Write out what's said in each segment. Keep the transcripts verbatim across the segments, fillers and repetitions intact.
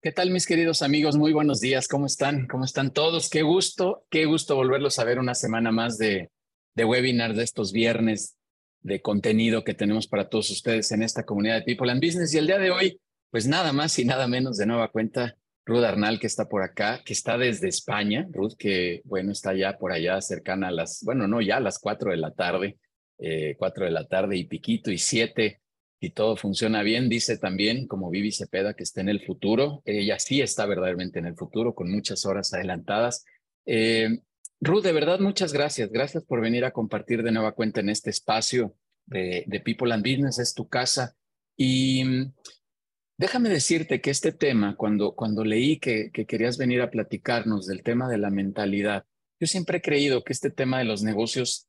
¿Qué tal, mis queridos amigos? Muy buenos días. ¿Cómo están? ¿Cómo están todos? Qué gusto, qué gusto volverlos a ver una semana más de, de webinars de estos viernes de contenido que tenemos para todos ustedes en esta comunidad de People and Business. Y el día de hoy, pues nada más y nada menos de nueva cuenta, Ruth Arnal, que está por acá, que está desde España. Ruth, que bueno, está ya por allá cercana a las, bueno, no, ya a las cuatro de la tarde, eh, cuatro de la tarde y piquito y siete. Y todo funciona bien, dice también, como Vivi Cepeda, que está en el futuro. Ella sí está verdaderamente en el futuro, con muchas horas adelantadas. Eh, Ruth, de verdad, muchas gracias. Gracias por venir a compartir de nueva cuenta en este espacio de, de People and Business. Es tu casa. Y mm, déjame decirte que este tema, cuando, cuando leí que, que querías venir a platicarnos del tema de la mentalidad, yo siempre he creído que este tema de los negocios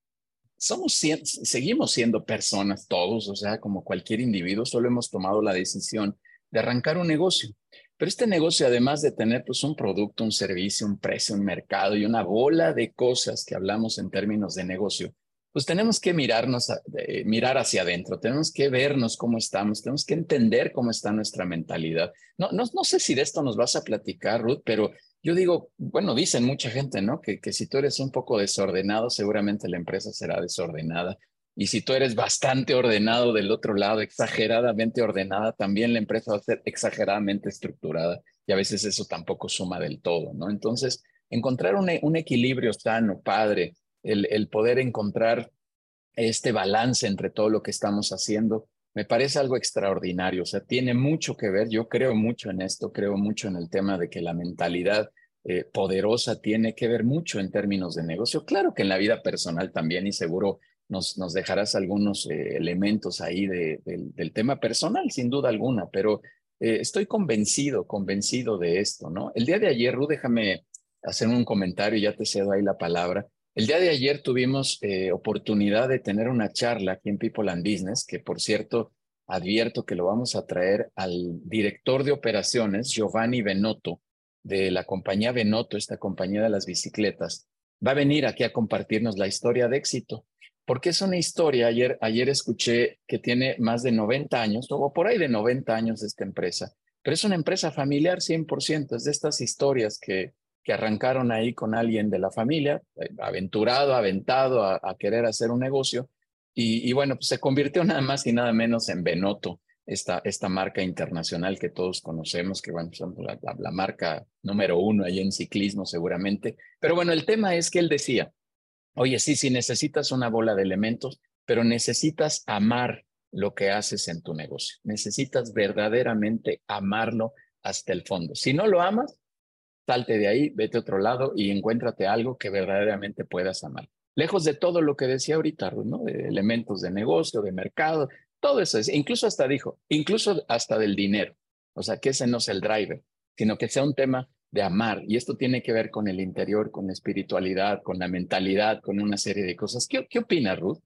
somos, seguimos siendo personas todos, o sea, como cualquier individuo, solo hemos tomado la decisión de arrancar un negocio. Pero este negocio, además de tener pues un producto, un servicio, un precio, un mercado y una bola de cosas que hablamos en términos de negocio, pues tenemos que mirarnos, a, eh, mirar hacia adentro, tenemos que vernos cómo estamos, tenemos que entender cómo está nuestra mentalidad. No, no, no sé si de esto nos vas a platicar, Ruth, pero yo digo, bueno, dicen mucha gente, ¿no? Que, que si tú eres un poco desordenado, seguramente la empresa será desordenada. Y si tú eres bastante ordenado del otro lado, exageradamente ordenada, también la empresa va a ser exageradamente estructurada. Y a veces eso tampoco suma del todo, ¿no? Entonces, encontrar un, un equilibrio sano, padre, el, el poder encontrar este balance entre todo lo que estamos haciendo, me parece algo extraordinario. O sea, tiene mucho que ver. Yo creo mucho en esto, creo mucho en el tema de que la mentalidad eh, poderosa tiene que ver mucho en términos de negocio. Claro que en la vida personal también, y seguro nos, nos dejarás algunos eh, elementos ahí de, de, del tema personal, sin duda alguna, pero eh, estoy convencido, convencido de esto, ¿no? El día de ayer, Ru, déjame hacer un comentario, ya te cedo ahí la palabra. El día de ayer tuvimos eh, oportunidad de tener una charla aquí en People and Business, que por cierto, advierto que lo vamos a traer al director de operaciones, Giovanni Benotto, de la compañía Benotto, esta compañía de las bicicletas. Va a venir aquí a compartirnos la historia de éxito, porque es una historia, ayer, ayer escuché que tiene más de noventa años, o por ahí de noventa años esta empresa, pero es una empresa familiar cien por ciento, es de estas historias que que arrancaron ahí con alguien de la familia, eh, aventurado, aventado a, a querer hacer un negocio. Y, y bueno, pues se convirtió nada más y nada menos en Benotto, esta, esta marca internacional que todos conocemos, que bueno, son la, la, la marca número uno ahí en ciclismo seguramente. Pero bueno, el tema es que él decía, oye, sí, sí, necesitas una bola de elementos, pero necesitas amar lo que haces en tu negocio. Necesitas verdaderamente amarlo hasta el fondo. Si no lo amas, salte de ahí, vete a otro lado y encuéntrate algo que verdaderamente puedas amar. Lejos de todo lo que decía ahorita, ¿no? De elementos de negocio, de mercado, todo eso es, incluso hasta dijo, incluso hasta del dinero. O sea, que ese no es el driver, sino que sea un tema de amar. Y esto tiene que ver con el interior, con la espiritualidad, con la mentalidad, con una serie de cosas. ¿Qué, qué opinas, Ruth?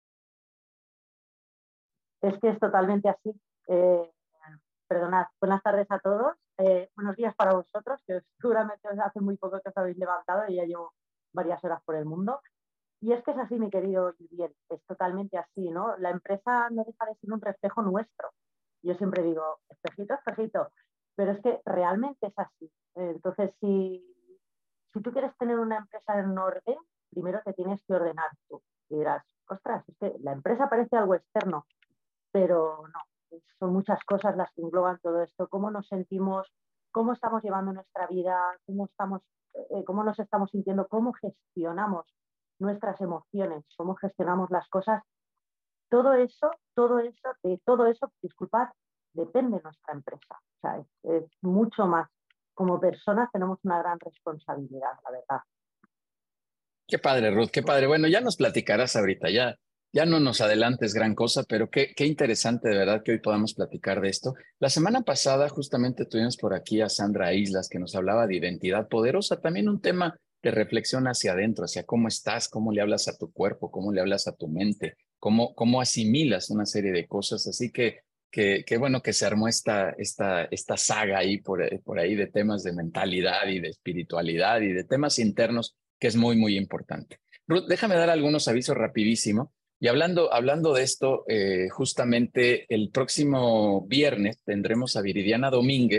Es que es totalmente así. Eh, perdonad, buenas tardes a todos. Eh, buenos días para vosotros, que seguramente hace muy poco que os habéis levantado y ya llevo varias horas por el mundo. Y es que es así, mi querido Julien, es totalmente así, ¿no? La empresa no deja de ser un reflejo nuestro. Yo siempre digo, espejito, espejito, pero es que realmente es así. Entonces, si, si tú quieres tener una empresa en orden, primero te tienes que ordenar tú. Y dirás, ostras, es que la empresa parece algo externo, pero no, son muchas cosas las que engloban todo esto, cómo nos sentimos, cómo estamos llevando nuestra vida, cómo, estamos, eh, cómo nos estamos sintiendo, cómo gestionamos nuestras emociones, cómo gestionamos las cosas, todo eso, todo eso, de todo eso, disculpad, depende de nuestra empresa. O sea, es, es mucho más. Como personas tenemos una gran responsabilidad, la verdad. Qué padre, Ruth, qué padre. Bueno, ya nos platicarás ahorita, ya, ya no nos adelantes gran cosa, pero qué, qué interesante de verdad que hoy podamos platicar de esto. La semana pasada justamente tuvimos por aquí a Sandra Islas que nos hablaba de identidad poderosa, también un tema de reflexión hacia adentro, hacia cómo estás, cómo le hablas a tu cuerpo, cómo le hablas a tu mente, cómo, cómo asimilas una serie de cosas. Así que qué que bueno que se armó esta, esta, esta saga ahí por, por ahí de temas de mentalidad y de espiritualidad y de temas internos que es muy, muy importante. Ruth, déjame dar algunos avisos rapidísimo. Y hablando, hablando de esto, eh, justamente el próximo viernes tendremos a Viridiana Domínguez,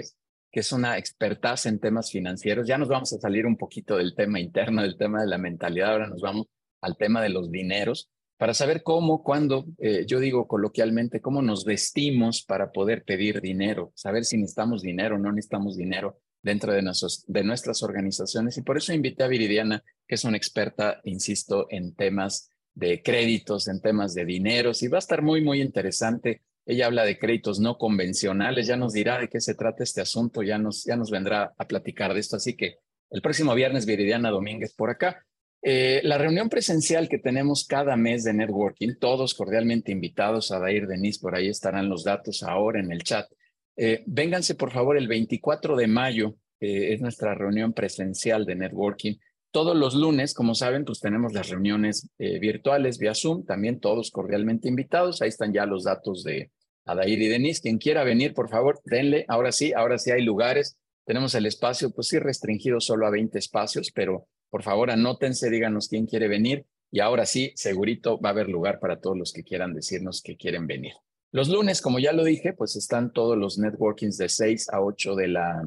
que es una expertaza en temas financieros. Ya nos vamos a salir un poquito del tema interno, del tema de la mentalidad, ahora nos vamos al tema de los dineros, para saber cómo, cuándo, eh, yo digo coloquialmente, cómo nos vestimos para poder pedir dinero, saber si necesitamos dinero o no necesitamos dinero dentro de, nuestros, de nuestras organizaciones. Y por eso invité a Viridiana, que es una experta, insisto, en temas de créditos, en temas de dineros, y va a estar muy, muy interesante. Ella habla de créditos no convencionales, ya nos dirá de qué se trata este asunto, ya nos, ya nos vendrá a platicar de esto. Así que el próximo viernes, Viridiana Domínguez por acá. Eh, la reunión presencial que tenemos cada mes de networking, todos cordialmente invitados. A Dair Denis, por ahí estarán los datos ahora en el chat. Eh, vénganse por favor el veinticuatro de mayo, eh, es nuestra reunión presencial de networking. Todos los lunes, como saben, pues tenemos las reuniones eh, virtuales vía Zoom, también todos cordialmente invitados. Ahí están ya los datos de Adair y Denis. Quien quiera venir, por favor, denle. Ahora sí, ahora sí hay lugares. Tenemos el espacio, pues sí, restringido solo a veinte espacios, pero por favor, anótense, díganos quién quiere venir y ahora sí, segurito va a haber lugar para todos los que quieran decirnos que quieren venir. Los lunes, como ya lo dije, pues están todos los networkings de seis a ocho de la,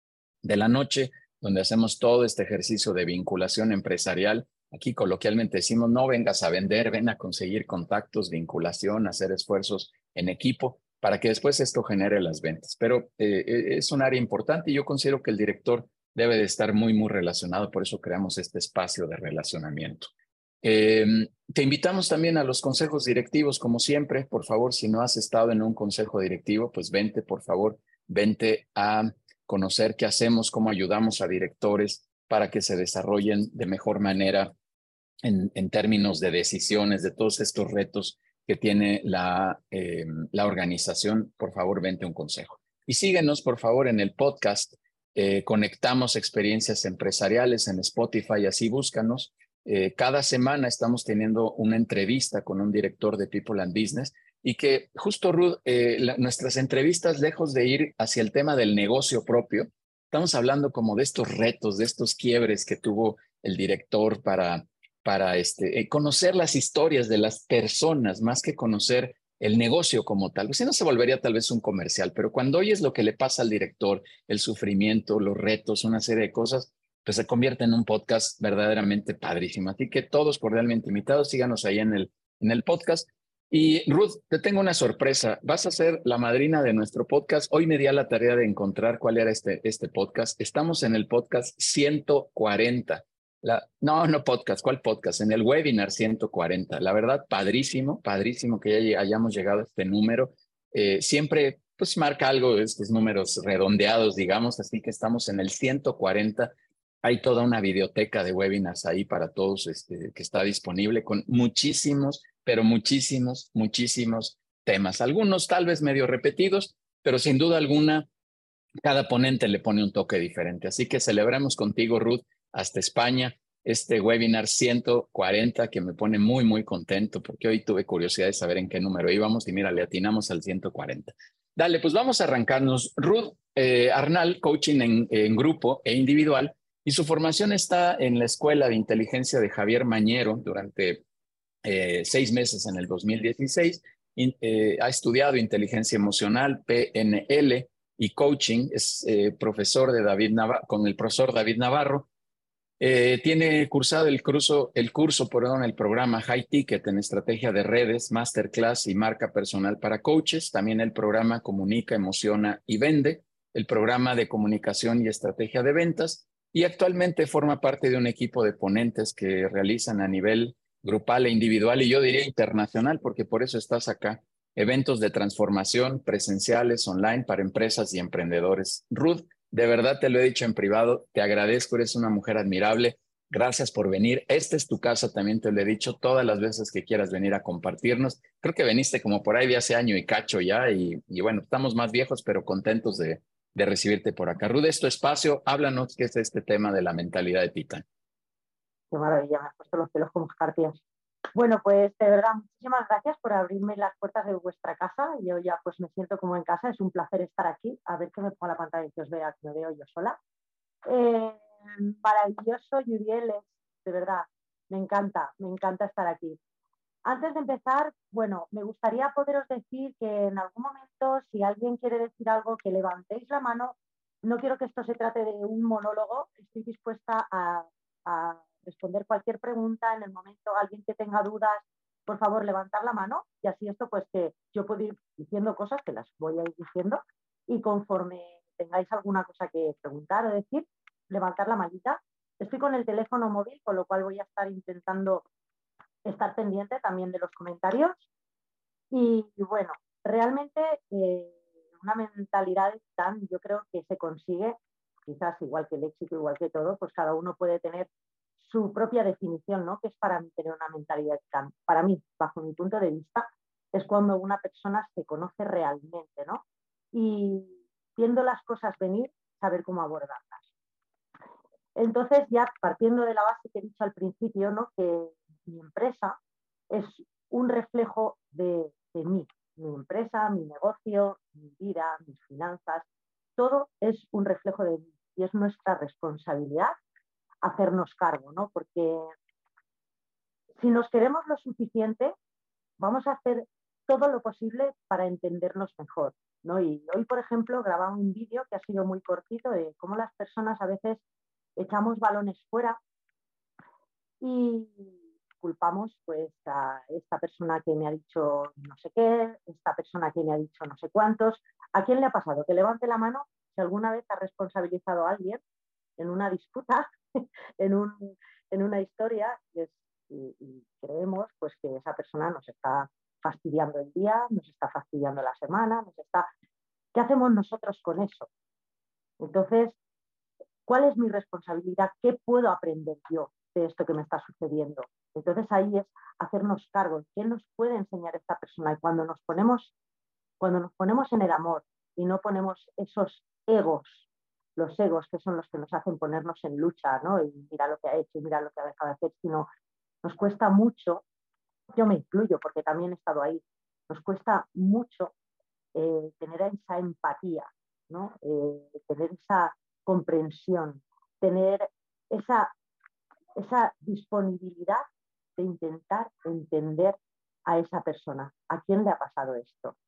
de la noche, donde hacemos todo este ejercicio de vinculación empresarial. Aquí coloquialmente decimos, no vengas a vender, ven a conseguir contactos, vinculación, hacer esfuerzos en equipo para que después esto genere las ventas. Pero eh, es un área importante y yo considero que el director debe de estar muy, muy relacionado, por eso creamos este espacio de relacionamiento. Eh, te invitamos también a los consejos directivos, como siempre. Por favor, si no has estado en un consejo directivo, pues vente, por favor, vente a conocer qué hacemos, cómo ayudamos a directores para que se desarrollen de mejor manera en, en términos de decisiones, de todos estos retos que tiene la, eh, la organización. Por favor, vente un consejo. Y síguenos, por favor, en el podcast. Eh, conectamos experiencias empresariales en Spotify, así búscanos. Eh, cada semana estamos teniendo una entrevista con un director de People and Business y que justo, Ruth, eh, la, nuestras entrevistas, lejos de ir hacia el tema del negocio propio, estamos hablando como de estos retos, de estos quiebres que tuvo el director para, para este, eh, conocer las historias de las personas más que conocer el negocio como tal. Si no, se volvería tal vez un comercial, pero cuando oyes lo que le pasa al director, el sufrimiento, los retos, una serie de cosas, pues se convierte en un podcast verdaderamente padrísimo. Así que todos cordialmente invitados, síganos ahí en el, en el podcast. Y Ruth, te tengo una sorpresa. Vas a ser la madrina de nuestro podcast. Hoy me di a la tarea de encontrar cuál era este, este podcast. Estamos en el podcast ciento cuarenta. La, no, no podcast. ¿Cuál podcast? En el webinar ciento cuarenta. La verdad, padrísimo, padrísimo que ya hayamos llegado a este número. Eh, siempre, pues, marca algo de estos números redondeados, digamos. Así que estamos en el ciento cuarenta. Hay toda una biblioteca de webinars ahí para todos este, que está disponible con muchísimos, pero muchísimos, muchísimos temas. Algunos tal vez medio repetidos, pero sin duda alguna, cada ponente le pone un toque diferente. Así que celebramos contigo, Ruth, hasta España, este webinar ciento cuarenta que me pone muy, muy contento porque hoy tuve curiosidad de saber en qué número íbamos y mira, le atinamos al ciento cuarenta. Dale, pues vamos a arrancarnos. Ruth eh, Arnal, coaching en, en grupo e individual, y su formación está en la Escuela de Inteligencia de Javier Mañero durante eh, seis meses en el dos mil dieciséis. Y, eh, ha estudiado inteligencia emocional, P N L y coaching. Es eh, profesor de David Navarro, con el profesor David Navarro. Eh, tiene cursado el curso, el curso, perdón, el programa High Ticket en estrategia de redes, masterclass y marca personal para coaches. También el programa Comunica, Emociona y Vende, el programa de comunicación y estrategia de ventas. Y actualmente forma parte de un equipo de ponentes que realizan a nivel grupal e individual, y yo diría internacional, porque por eso estás acá, eventos de transformación presenciales, online para empresas y emprendedores. Ruth, de verdad te lo he dicho en privado, te agradezco, eres una mujer admirable, gracias por venir. Esta es tu casa, también te lo he dicho todas las veces que quieras venir a compartirnos. Creo que viniste como por ahí de hace año y cacho ya, y, y bueno, estamos más viejos, pero contentos de, de recibirte por acá. Ruth, es tu espacio, háblanos qué es este tema de la mentalidad de Titán. Qué maravilla, me has puesto los pelos como escarpias. Bueno, pues de verdad, muchísimas gracias por abrirme las puertas de vuestra casa. Yo ya pues me siento como en casa, es un placer estar aquí. A ver que me pongo la pantalla y que os vea, que me veo yo sola. Eh, maravilloso, Yuriel, de verdad, me encanta, me encanta estar aquí. Antes de empezar, bueno, me gustaría poderos decir que en algún momento, si alguien quiere decir algo, que levantéis la mano. no quiero que esto se trate de un monólogo, estoy dispuesta a, a responder cualquier pregunta en el momento, alguien que tenga dudas, por favor, levantar la mano y así esto pues que yo puedo ir diciendo cosas que las voy a ir diciendo y conforme tengáis alguna cosa que preguntar o decir, levantar la manita. Estoy con el teléfono móvil, con lo cual voy a estar intentando estar pendiente también de los comentarios y, y bueno, realmente eh, una mentalidad tan, yo creo que se consigue, quizás igual que el éxito, igual que todo, pues cada uno puede tener su propia definición, ¿no? Que es para mí tener una mentalidad tan, para mí, bajo mi punto de vista, es cuando una persona se conoce realmente, ¿no? Y viendo las cosas venir, saber cómo abordarlas. Entonces, ya partiendo de la base que he dicho al principio, ¿no? Que mi empresa es un reflejo de, de mí, mi empresa, mi negocio, mi vida, mis finanzas, todo es un reflejo de mí y es nuestra responsabilidad hacernos cargo, ¿no? Porque si nos queremos lo suficiente, vamos a hacer todo lo posible para entendernos mejor, ¿no? Y hoy, por ejemplo, grababa un vídeo que ha sido muy cortito de cómo las personas a veces echamos balones fuera y culpamos pues a esta persona que me ha dicho no sé qué, esta persona que me ha dicho no sé cuántos. ¿A quién le ha pasado? Que levante la mano si alguna vez ha responsabilizado a alguien en una disputa, en, un, en una historia y, es, y, y creemos pues que esa persona nos está fastidiando el día, nos está fastidiando la semana, nos está... ¿Qué hacemos nosotros con eso? Entonces, ¿cuál es mi responsabilidad? ¿Qué puedo aprender yo de esto que me está sucediendo? Entonces ahí es hacernos cargo. ¿Qué nos puede enseñar esta persona? Y cuando nos ponemos, cuando nos ponemos en el amor y no ponemos esos egos, los egos que son los que nos hacen ponernos en lucha, ¿no? Y mira lo que ha hecho y mira lo que ha dejado de hacer, sino nos cuesta mucho, yo me incluyo porque también he estado ahí, nos cuesta mucho eh, tener esa empatía, ¿no? Eh, tener esa comprensión, tener esa, esa disponibilidad de intentar entender a esa persona. ¿A quién le ha pasado esto?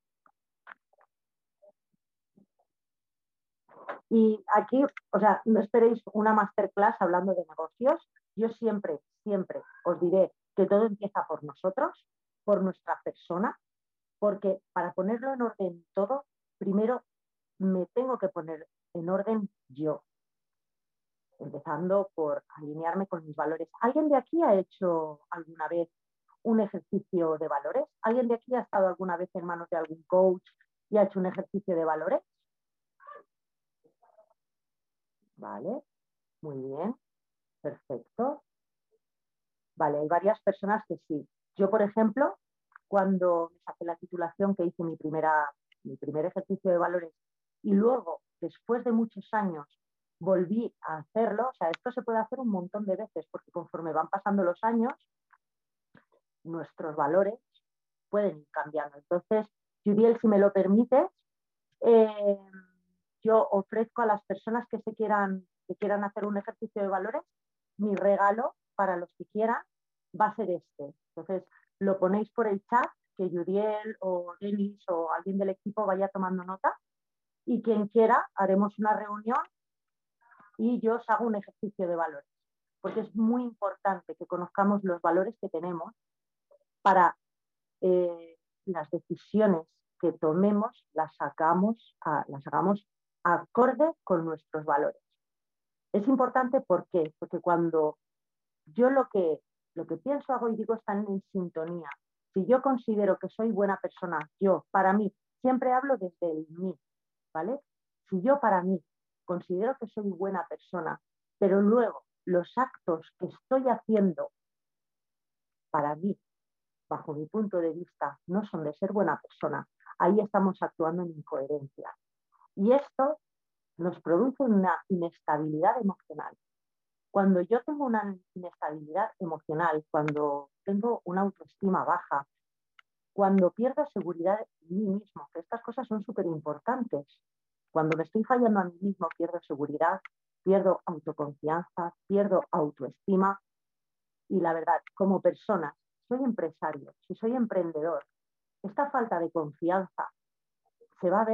Y aquí, o sea, no esperéis una masterclass hablando de negocios. Yo siempre, siempre os diré que todo empieza por nosotros, por nuestra persona, porque para ponerlo en orden todo, primero me tengo que poner en orden yo, empezando por alinearme con mis valores. ¿Alguien de aquí ha hecho alguna vez un ejercicio de valores? ¿Alguien de aquí ha estado alguna vez en manos de algún coach y ha hecho un ejercicio de valores? Vale, muy bien, perfecto. Vale, hay varias personas que sí. Yo, por ejemplo, cuando me saqué la titulación, que hice mi, primera, mi primer ejercicio de valores y luego, después de muchos años, volví a hacerlo, o sea, esto se puede hacer un montón de veces porque conforme van pasando los años, nuestros valores pueden ir cambiando. Entonces, Judiel, si me lo permites, eh, yo ofrezco a las personas que se quieran, que quieran hacer un ejercicio de valores, mi regalo para los que quieran va a ser este. Entonces, lo ponéis por el chat, que Judiel o Denis o alguien del equipo vaya tomando nota y quien quiera haremos una reunión y yo os hago un ejercicio de valores, porque es muy importante que conozcamos los valores que tenemos para eh, las decisiones que tomemos las, sacamos a, las hagamos acorde con nuestros valores. Es importante ¿por qué? Porque cuando yo lo que, lo que pienso, hago y digo están en sintonía. Si yo considero que soy buena persona, yo, para mí, siempre hablo desde el mí, ¿vale? Si yo para mí considero que soy buena persona, pero luego los actos que estoy haciendo para mí, bajo mi punto de vista, no son de ser buena persona, ahí estamos actuando en incoherencia. Y esto nos produce una inestabilidad emocional. Cuando yo tengo una inestabilidad emocional, cuando tengo una autoestima baja, cuando pierdo seguridad en mí mismo, que estas cosas son súper importantes. Cuando me estoy fallando a mí mismo, pierdo seguridad, pierdo autoconfianza, pierdo autoestima. Y la verdad, como persona, soy empresario, si soy emprendedor, esta falta de confianza se va a ver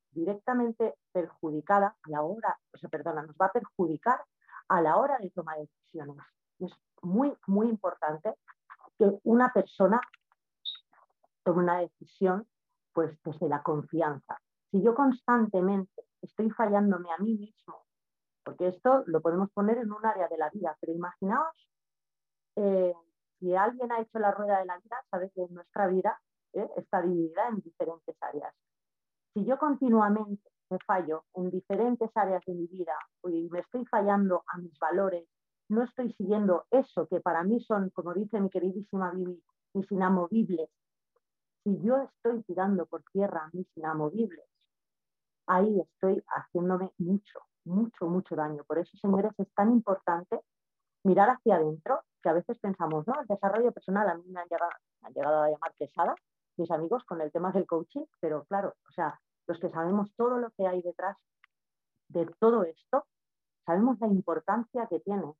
directamente perjudicada a la hora, o sea, perdona, nos va a perjudicar a la hora de tomar decisiones. Es muy, muy importante que una persona tome una decisión pues desde la confianza. Si yo constantemente estoy fallándome a mí mismo, porque esto lo podemos poner en un área de la vida, pero imaginaos, eh, si alguien ha hecho la rueda de la vida, sabe que nuestra vida eh, está dividida en diferentes áreas. Si yo continuamente me fallo en diferentes áreas de mi vida y me estoy fallando a mis valores, no estoy siguiendo eso que para mí son, como dice mi queridísima Vivi, mis inamovibles. Si yo estoy tirando por tierra mis inamovibles, ahí estoy haciéndome mucho, mucho, mucho daño. Por eso, señores, es tan importante mirar hacia adentro, que a veces pensamos, no, el desarrollo personal, a mí me han llegado, me han llegado a llamar pesada mis amigos con el tema del coaching, pero claro, o sea, los que sabemos todo lo que hay detrás de todo esto, sabemos la importancia que tiene.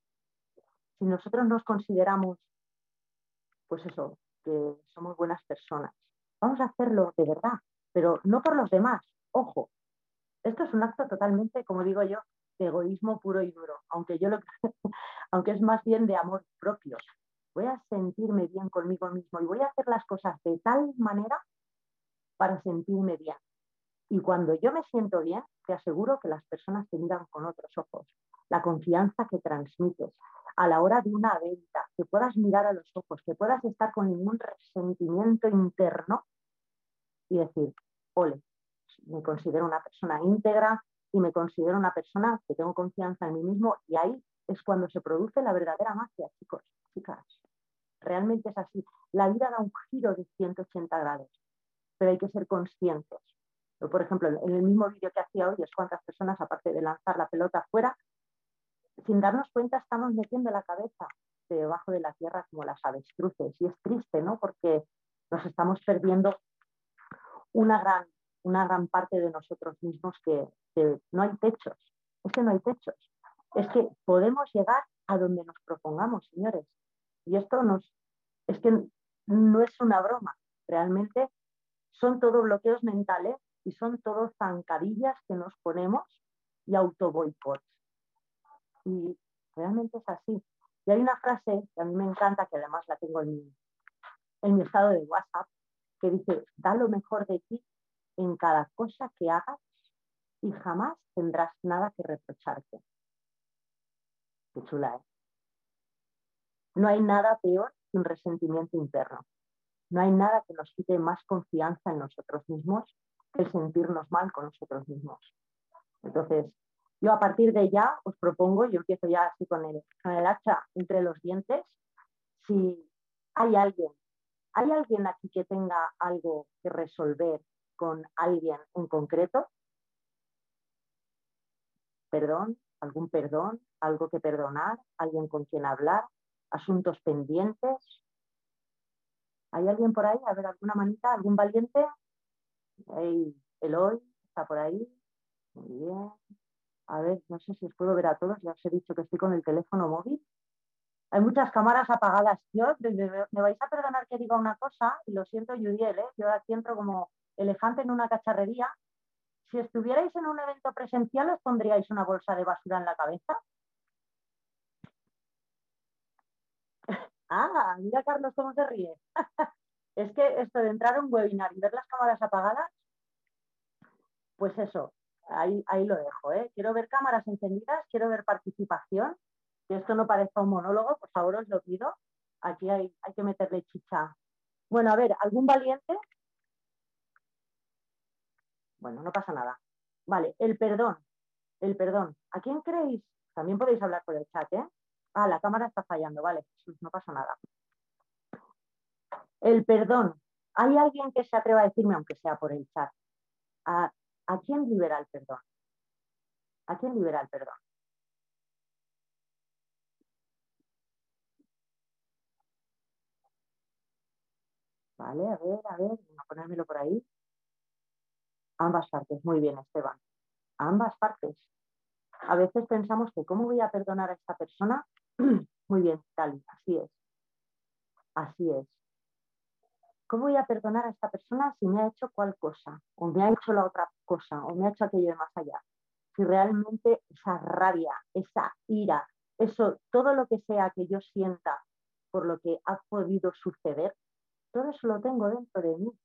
Si nosotros nos consideramos, pues eso, que somos buenas personas, vamos a hacerlo de verdad, pero no por los demás. Ojo, esto es un acto totalmente, como digo yo, de egoísmo puro y duro, aunque yo lo aunque es más bien de amor propio. Voy a sentirme bien conmigo mismo y voy a hacer las cosas de tal manera para sentirme bien. Y cuando yo me siento bien, te aseguro que las personas te miran con otros ojos. La confianza que transmites a la hora de una venta, que puedas mirar a los ojos, que puedas estar con ningún resentimiento interno y decir, ole, me considero una persona íntegra y me considero una persona que tengo confianza en mí mismo, y ahí es cuando se produce la verdadera magia, chicos, chicas. Realmente es así. La vida da un giro de ciento ochenta grados, pero hay que ser conscientes. Yo, por ejemplo, en el mismo vídeo que hacía hoy, es cuántas personas, aparte de lanzar la pelota afuera, sin darnos cuenta estamos metiendo la cabeza debajo de la tierra como las avestruces. Y es triste, ¿no? Porque nos estamos perdiendo una gran, una gran parte de nosotros mismos, que, que no hay techos. Es que no hay techos. Es que podemos llegar a donde nos propongamos, señores. Y esto nos, es que no es una broma. Realmente son todo bloqueos mentales y son todo zancadillas que nos ponemos y autoboicots. Y realmente es así. Y hay una frase que a mí me encanta, que además la tengo en mi, en mi estado de WhatsApp, que dice, da lo mejor de ti en cada cosa que hagas y jamás tendrás nada que reprocharte. Qué chula, ¿eh? No hay nada peor que un resentimiento interno. No hay nada que nos quite más confianza en nosotros mismos que el sentirnos mal con nosotros mismos. Entonces, yo a partir de ya os propongo, yo empiezo ya así con el, con el hacha entre los dientes, si hay alguien, hay alguien aquí que tenga algo que resolver con alguien en concreto, perdón, algún perdón, algo que perdonar, alguien con quien hablar, asuntos pendientes. ¿Hay alguien por ahí? A ver, alguna manita, algún valiente. Hey, Eloy está por ahí. Muy bien. A ver, no sé si os puedo ver a todos. Ya os he dicho que estoy con el teléfono móvil. Hay muchas cámaras apagadas. Yo, me vais a perdonar que diga una cosa, y lo siento, Yudiel, ¿eh? Yo aquí entro como elefante en una cacharrería. Si estuvierais en un evento presencial, ¿os pondríais una bolsa de basura en la cabeza? Ah, mira Carlos cómo se ríe. Es que esto de entrar a un webinar y ver las cámaras apagadas, pues eso, ahí, ahí lo dejo, ¿eh? Quiero ver cámaras encendidas, quiero ver participación, que esto no parezca un monólogo, por favor os lo pido. Aquí hay, hay que meterle chicha. Bueno, a ver, ¿algún valiente? Bueno, no pasa nada. Vale, el perdón, el perdón. ¿A quién creéis? También podéis hablar por el chat, ¿eh? Ah, la cámara está fallando, vale, no pasa nada. El perdón. ¿Hay alguien que se atreva a decirme, aunque sea por el chat, a, a quién libera el perdón? ¿A quién libera el perdón? Vale, a ver, a ver, voy a ponérmelo por ahí. Ambas partes, muy bien, Esteban. Ambas partes. A veces pensamos que ¿cómo voy a perdonar a esta persona? Muy bien, tal, así es. Así es. ¿cómo voy a perdonar a esta persona si me ha hecho cual cosa? O me ha hecho la otra cosa, o me ha hecho aquello de más allá. Si realmente esa rabia, esa ira, eso, todo lo que sea que yo sienta por lo que ha podido suceder, todo eso lo tengo dentro de mí.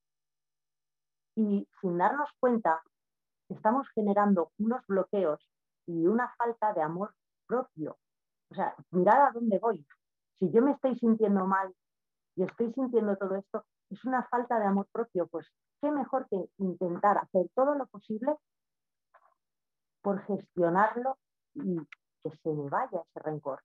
Y sin darnos cuenta, estamos generando unos bloqueos y una falta de amor propio. O sea, mirad a dónde voy. Si yo me estoy sintiendo mal y estoy sintiendo todo esto, es una falta de amor propio. Pues qué mejor que intentar hacer todo lo posible por gestionarlo y que se me vaya ese rencor.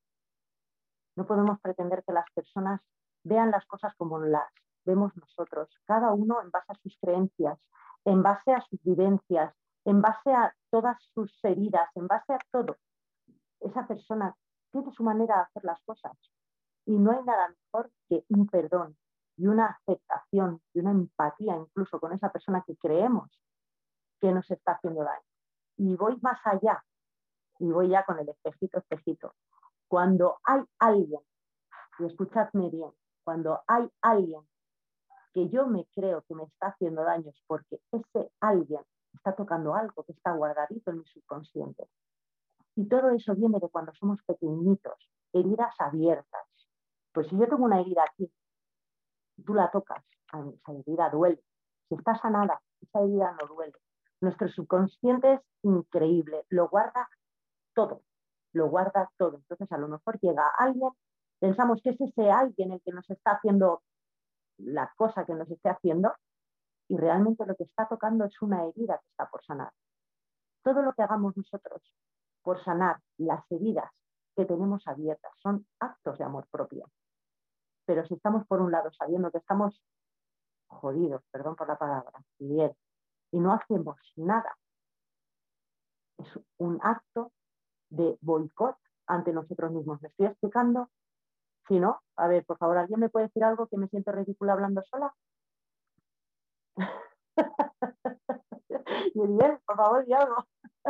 No podemos pretender que las personas vean las cosas como las vemos nosotros, cada uno en base a sus creencias, en base a sus vivencias, en base a todas sus heridas, en base a todo. Esa persona tiene su manera de hacer las cosas y no hay nada mejor que un perdón y una aceptación y una empatía incluso con esa persona que creemos que nos está haciendo daño. Y voy más allá y voy ya con el espejito, espejito. Cuando hay alguien, y escuchadme bien, cuando hay alguien que yo me creo que me está haciendo daños porque ese alguien está tocando algo que está guardadito en mi subconsciente. Y todo eso viene de cuando somos pequeñitos, heridas abiertas. Pues si yo tengo una herida aquí, tú la tocas, esa herida duele. Si está sanada, esa herida no duele. Nuestro subconsciente es increíble, lo guarda todo, lo guarda todo. Entonces a lo mejor llega alguien, pensamos que es ese alguien el que nos está haciendo la cosa que nos esté haciendo y realmente lo que está tocando es una herida que está por sanar. Todo lo que hagamos nosotros por sanar las heridas que tenemos abiertas son actos de amor propio. Pero si estamos por un lado sabiendo que estamos jodidos, perdón por la palabra, bien, y no hacemos nada, es un acto de boicot ante nosotros mismos. ¿Me estoy explicando? Si no, a ver, por favor, ¿alguien me puede decir algo que me siento ridícula hablando sola? Y bien, por favor, di algo.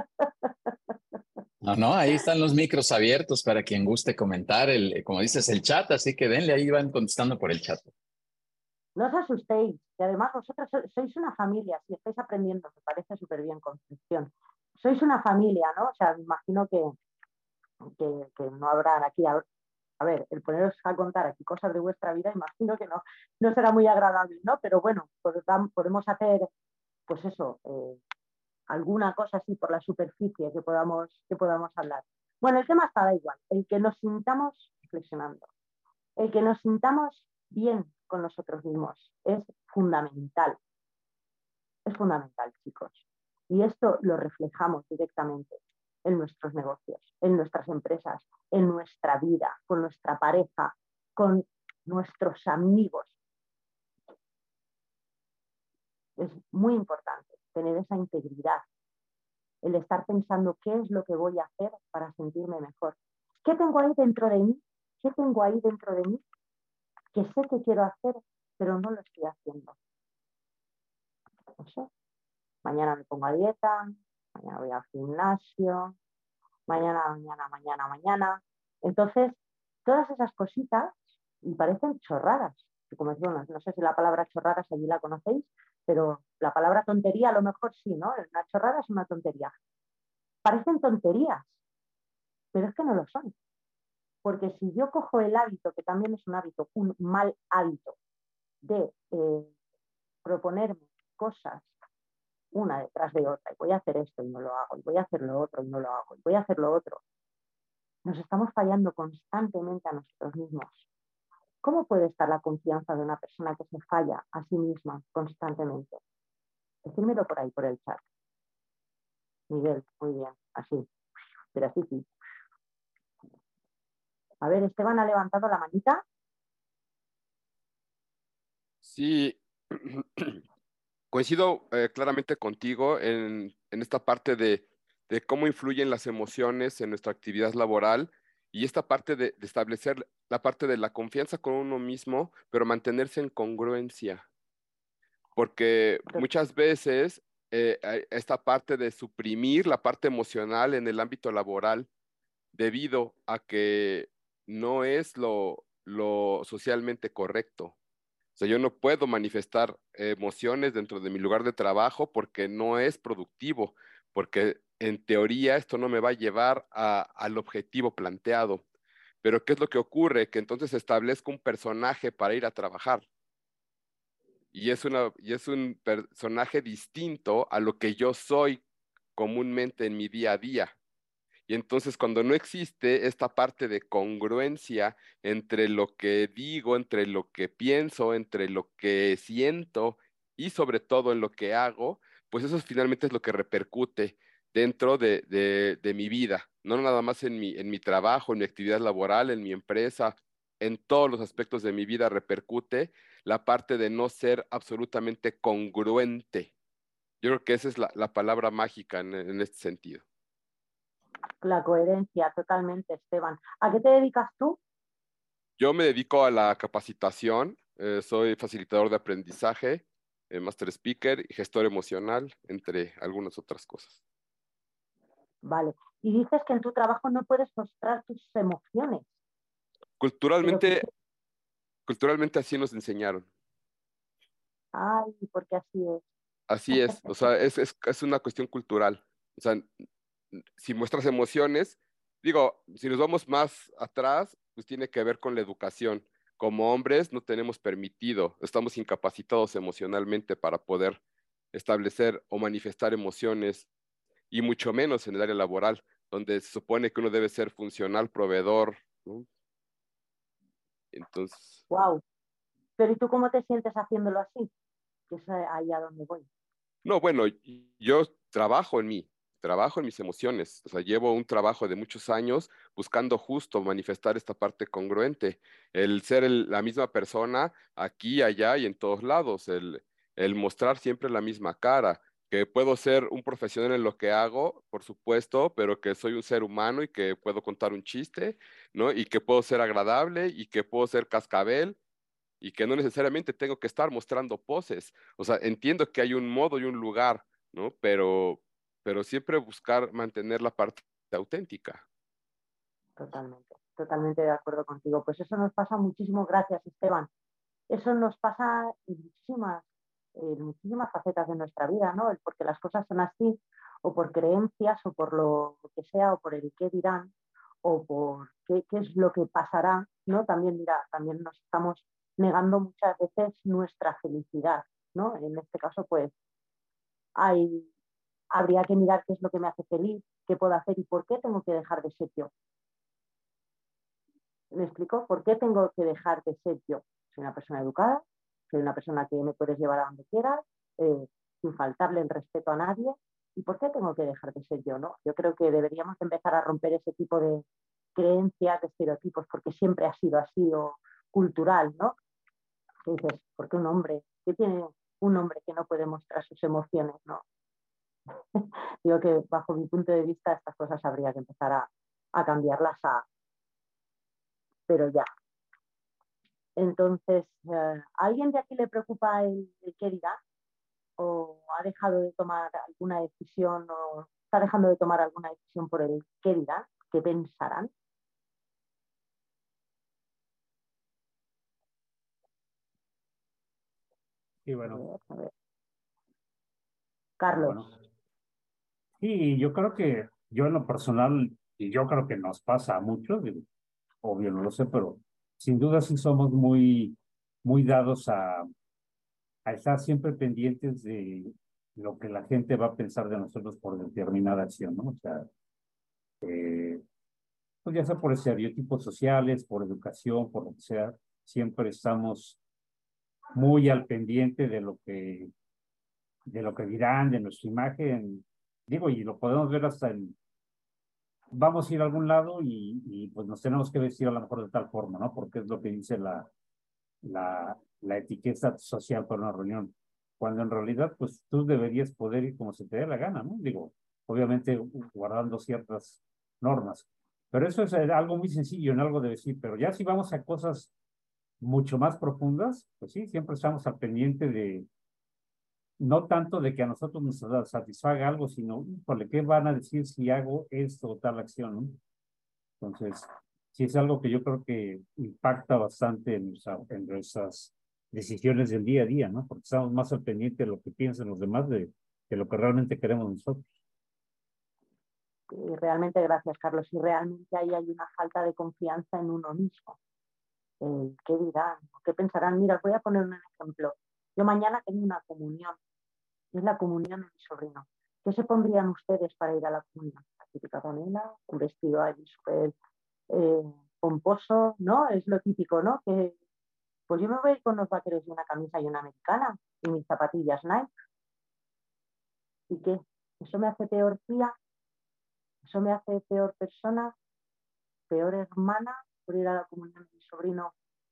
No, no, ahí están los micros abiertos para quien guste comentar, el, como dices, el chat, así que denle, ahí van contestando por el chat. No os asustéis, y además vosotros sois una familia, si estáis aprendiendo, me parece súper bien, Concepción. Sois una familia, ¿no? O sea, me imagino que, que, que no habrán aquí, a, a ver, el poneros a contar aquí cosas de vuestra vida, imagino que no, no será muy agradable, ¿no? Pero bueno, podemos hacer, pues eso, eh, alguna cosa así por la superficie que podamos, que podamos hablar. Bueno, el tema está da igual, el que nos sintamos reflexionando, el que nos sintamos bien con nosotros mismos es fundamental, es fundamental, chicos. Y esto lo reflejamos directamente en nuestros negocios, en nuestras empresas, en nuestra vida, con nuestra pareja, con nuestros amigos. Es muy importante tener esa integridad, el estar pensando qué es lo que voy a hacer para sentirme mejor. ¿Qué tengo ahí dentro de mí? ¿Qué tengo ahí dentro de mí que sé que quiero hacer, pero no lo estoy haciendo? No sé. Mañana me pongo a dieta, mañana voy al gimnasio, mañana, mañana, mañana, mañana. Entonces, todas esas cositas me parecen chorradas. Y como decía, no sé si la palabra chorradas allí la conocéis, pero la palabra tontería a lo mejor sí, ¿no? Una chorrada es una tontería. Parecen tonterías, pero es que no lo son. Porque si yo cojo el hábito, que también es un hábito, un mal hábito, de eh, proponerme cosas una detrás de otra, y voy a hacer esto y no lo hago, y voy a hacer lo otro y no lo hago, y voy a hacer lo otro, nos estamos fallando constantemente a nosotros mismos. ¿Cómo puede estar la confianza de una persona que se falla a sí misma constantemente? Decídmelo por ahí, por el chat. Miguel, muy bien, así, pero así sí. A ver, Esteban ha levantado la manita. Sí, coincido eh, claramente contigo en, en esta parte de, de cómo influyen las emociones en nuestra actividad laboral y esta parte de, de establecer la parte de la confianza con uno mismo, pero mantenerse en congruencia, porque muchas veces eh, hay esta parte de suprimir la parte emocional en el ámbito laboral debido a que no es lo, lo socialmente correcto. O sea, yo no puedo manifestar emociones dentro de mi lugar de trabajo porque no es productivo, porque en teoría esto no me va a llevar a, al objetivo planteado. Pero ¿qué es lo que ocurre? Que entonces establezco un personaje para ir a trabajar. Y es, una, y es un personaje distinto a lo que yo soy comúnmente en mi día a día. Y entonces cuando no existe esta parte de congruencia entre lo que digo, entre lo que pienso, entre lo que siento y sobre todo en lo que hago, pues eso finalmente es lo que repercute dentro de, de, de mi vida, no nada más en mi, en mi trabajo, en mi actividad laboral, en mi empresa, en todos los aspectos de mi vida repercute la parte de no ser absolutamente congruente. Yo creo que esa es la, la palabra mágica en, en este sentido. La coherencia, totalmente, Esteban. ¿A qué te dedicas tú? Yo me dedico a la capacitación, eh, soy facilitador de aprendizaje, eh, master speaker y gestor emocional, entre algunas otras cosas. Vale. Y dices que en tu trabajo no puedes mostrar tus emociones. Culturalmente, Que... culturalmente así nos enseñaron. Ay, porque así es. Así es, o sea, es, es, es una cuestión cultural. O sea, si muestras emociones, digo, si nos vamos más atrás, pues tiene que ver con la educación. Como hombres no tenemos permitido, estamos incapacitados emocionalmente para poder establecer o manifestar emociones, y mucho menos en el área laboral, donde se supone que uno debe ser funcional, proveedor, ¿no? Entonces, Wow. Pero ¿y tú cómo te sientes haciéndolo así? Que es ahí a donde voy. no, bueno, yo trabajo en mí, trabajo en mis emociones, o sea, llevo un trabajo de muchos años buscando justo manifestar esta parte congruente, el ser el- la misma persona aquí, allá y en todos lados, el, el mostrar siempre la misma cara, que puedo ser un profesional en lo que hago, por supuesto, pero que soy un ser humano y que puedo contar un chiste, ¿no? Y que puedo ser agradable y que puedo ser cascabel y que no necesariamente tengo que estar mostrando poses. O sea, entiendo que hay un modo y un lugar, ¿no? Pero, pero siempre buscar mantener la parte auténtica. Totalmente, totalmente de acuerdo contigo. Pues eso nos pasa muchísimo, gracias, Esteban. Eso nos pasa en muchísimas, en muchísimas facetas de nuestra vida, ¿no? El porque las cosas son así, o por creencias, o por lo que sea, o por el qué dirán, o por qué, qué es lo que pasará, ¿no? También, mira, también nos estamos negando muchas veces nuestra felicidad, ¿no? En este caso, pues, hay, habría que mirar qué es lo que me hace feliz, qué puedo hacer y por qué tengo que dejar de ser yo. ¿Me explico? ¿Por qué tengo que dejar de ser yo? Soy una persona educada, soy una persona que me puedes llevar a donde quieras, eh, sin faltarle el respeto a nadie. ¿Y por qué tengo que dejar de ser yo? ¿No? Yo creo que deberíamos empezar a romper ese tipo de creencias, de estereotipos, porque siempre ha sido así o cultural, ¿no? Que dices, ¿por qué un hombre? ¿Qué tiene un hombre que no puede mostrar sus emociones? ¿No? Digo que bajo mi punto de vista estas cosas habría que empezar a, a cambiarlas, a, pero ya. Entonces, eh, ¿a alguien de aquí le preocupa el, el qué dirá? ¿O ha dejado de tomar alguna decisión o está dejando de tomar alguna decisión por el qué dirán? ¿Qué pensarán? Sí, A bueno, ver, a ver. bueno, Carlos. bueno. Sí, yo creo que yo en lo personal, y yo creo que nos pasa a muchos, digo, obvio no lo sé, pero sin duda sí somos muy, muy dados a, a estar siempre pendientes de lo que la gente va a pensar de nosotros por determinada acción, ¿no? O sea, eh, pues ya sea por estereotipos sociales, por educación, por lo que sea, siempre estamos muy al pendiente de lo que, de lo que dirán, de nuestra imagen. Digo, y lo podemos ver hasta en, vamos a ir a algún lado y, y pues nos tenemos que vestir a lo mejor de tal forma, ¿no? Porque es lo que dice la, la, la etiqueta social para una reunión. Cuando en realidad, pues tú deberías poder ir como se te dé la gana, ¿no? Digo, obviamente guardando ciertas normas. Pero eso es algo muy sencillo en algo de decir, pero ya si vamos a cosas mucho más profundas, pues sí, siempre estamos al pendiente de, no tanto de que a nosotros nos satisfaga algo, sino, ¿por qué van a decir si hago esto o tal acción, ¿no? Entonces, sí es algo que yo creo que impacta bastante en, nuestra, en nuestras decisiones del día a día, ¿no? Porque estamos más al pendiente de lo que piensan los demás de, de lo que realmente queremos nosotros. Y realmente, gracias, Carlos, y realmente ahí hay una falta de confianza en uno mismo. Eh, ¿Qué dirán? ¿Qué pensarán? Mira, os voy a poner un ejemplo. Yo mañana tengo una comunión, es la comunión de mi sobrino. ¿Qué se pondrían ustedes para ir a la comunión? La típica panela, un vestido ahí súper eh, pomposo, ¿no? Es lo típico, ¿no? Que, pues yo me voy con los vaqueros y una camisa y una americana y mis zapatillas Nike. ¿Y qué? ¿Eso me hace peor tía? ¿Eso me hace peor persona? ¿Peor hermana por ir a la comunión de mi sobrino?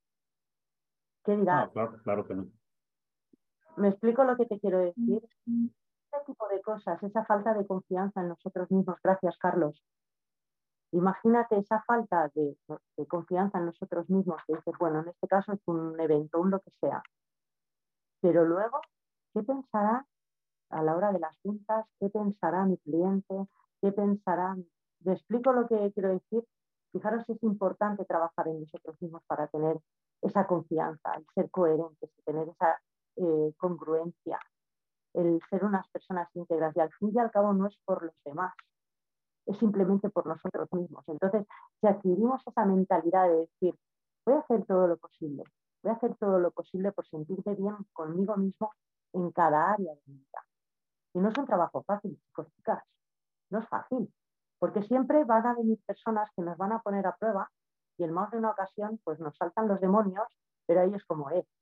¿Qué dirán? Ah, claro, claro que no. ¿Me explico lo que te quiero decir? Este tipo de cosas, esa falta de confianza en nosotros mismos. Gracias, Carlos. Imagínate esa falta de, de confianza en nosotros mismos, que dices, bueno, en este caso es un evento, un lo que sea. Pero luego, ¿qué pensará a la hora de las juntas? ¿Qué pensará mi cliente? ¿Qué pensará? ¿Me explico lo que quiero decir? Fijaros, es importante trabajar en nosotros mismos para tener esa confianza, el ser coherentes, tener esa eh, congruencia, el ser unas personas íntegras. Y al fin y al cabo no es por los demás, es simplemente por nosotros mismos. Entonces, si adquirimos esa mentalidad de decir, voy a hacer todo lo posible, voy a hacer todo lo posible por sentirme bien conmigo mismo en cada área de mi vida. Y no es un trabajo fácil, chicos, chicas, no es fácil, porque siempre van a venir personas que nos van a poner a prueba y en más de una ocasión pues nos saltan los demonios, pero ahí es como es.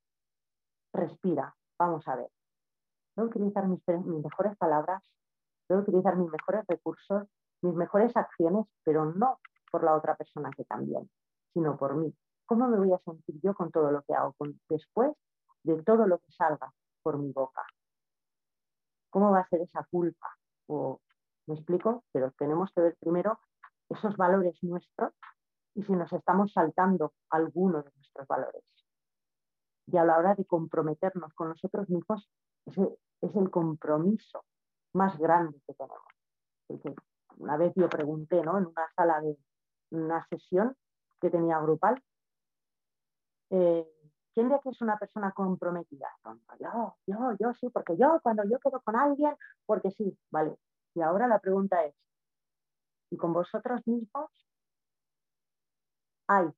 Respira, vamos a ver. Voy a utilizar mis, mis mejores palabras, voy a utilizar mis mejores recursos, mis mejores acciones, pero no por la otra persona que también, sino por mí. ¿Cómo me voy a sentir yo con todo lo que hago con, después de todo lo que salga por mi boca? ¿Cómo va a ser esa culpa? O, ¿me explico? Pero tenemos que ver primero esos valores nuestros y si nos estamos saltando alguno de nuestros valores. Y a la hora de comprometernos con nosotros mismos, ese es el compromiso más grande que tenemos. Porque una vez yo pregunté, ¿no? En una sala de una sesión que tenía grupal, eh, ¿quién de aquí es una persona comprometida? Yo, yo, yo sí, porque yo cuando yo quedo con alguien, porque sí, vale. Y ahora la pregunta es, ¿y con vosotros mismos? Hay,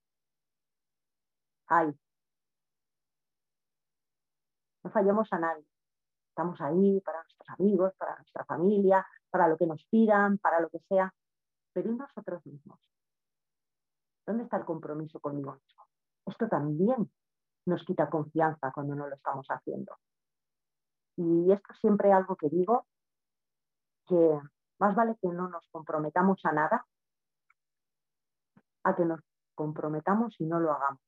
hay. No fallemos a nadie. Estamos ahí para nuestros amigos, para nuestra familia, para lo que nos pidan, para lo que sea. Pero ¿y nosotros mismos? ¿Dónde está el compromiso conmigo mismo? Esto también nos quita confianza cuando no lo estamos haciendo. Y esto siempre es algo que digo, que más vale que no nos comprometamos a nada, a que nos comprometamos y no lo hagamos.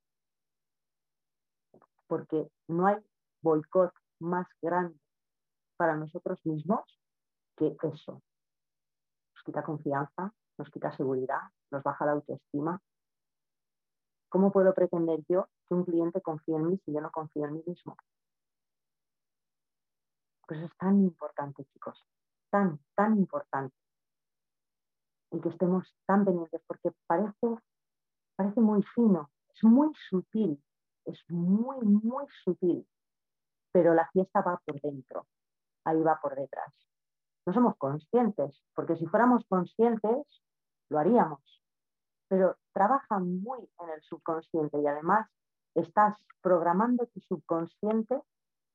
Porque no hay boicot más grande para nosotros mismos que eso. Nos quita confianza, nos quita seguridad, nos baja la autoestima. ¿Cómo puedo pretender yo que un cliente confíe en mí si yo no confío en mí mismo? Pues es tan importante, chicos, tan, tan importante. Y que estemos tan pendientes, porque parece, parece muy fino, es muy sutil, es muy, muy sutil, pero la fiesta va por dentro, ahí va por detrás. No somos conscientes, porque si fuéramos conscientes, lo haríamos, pero trabaja muy en el subconsciente y además estás programando tu subconsciente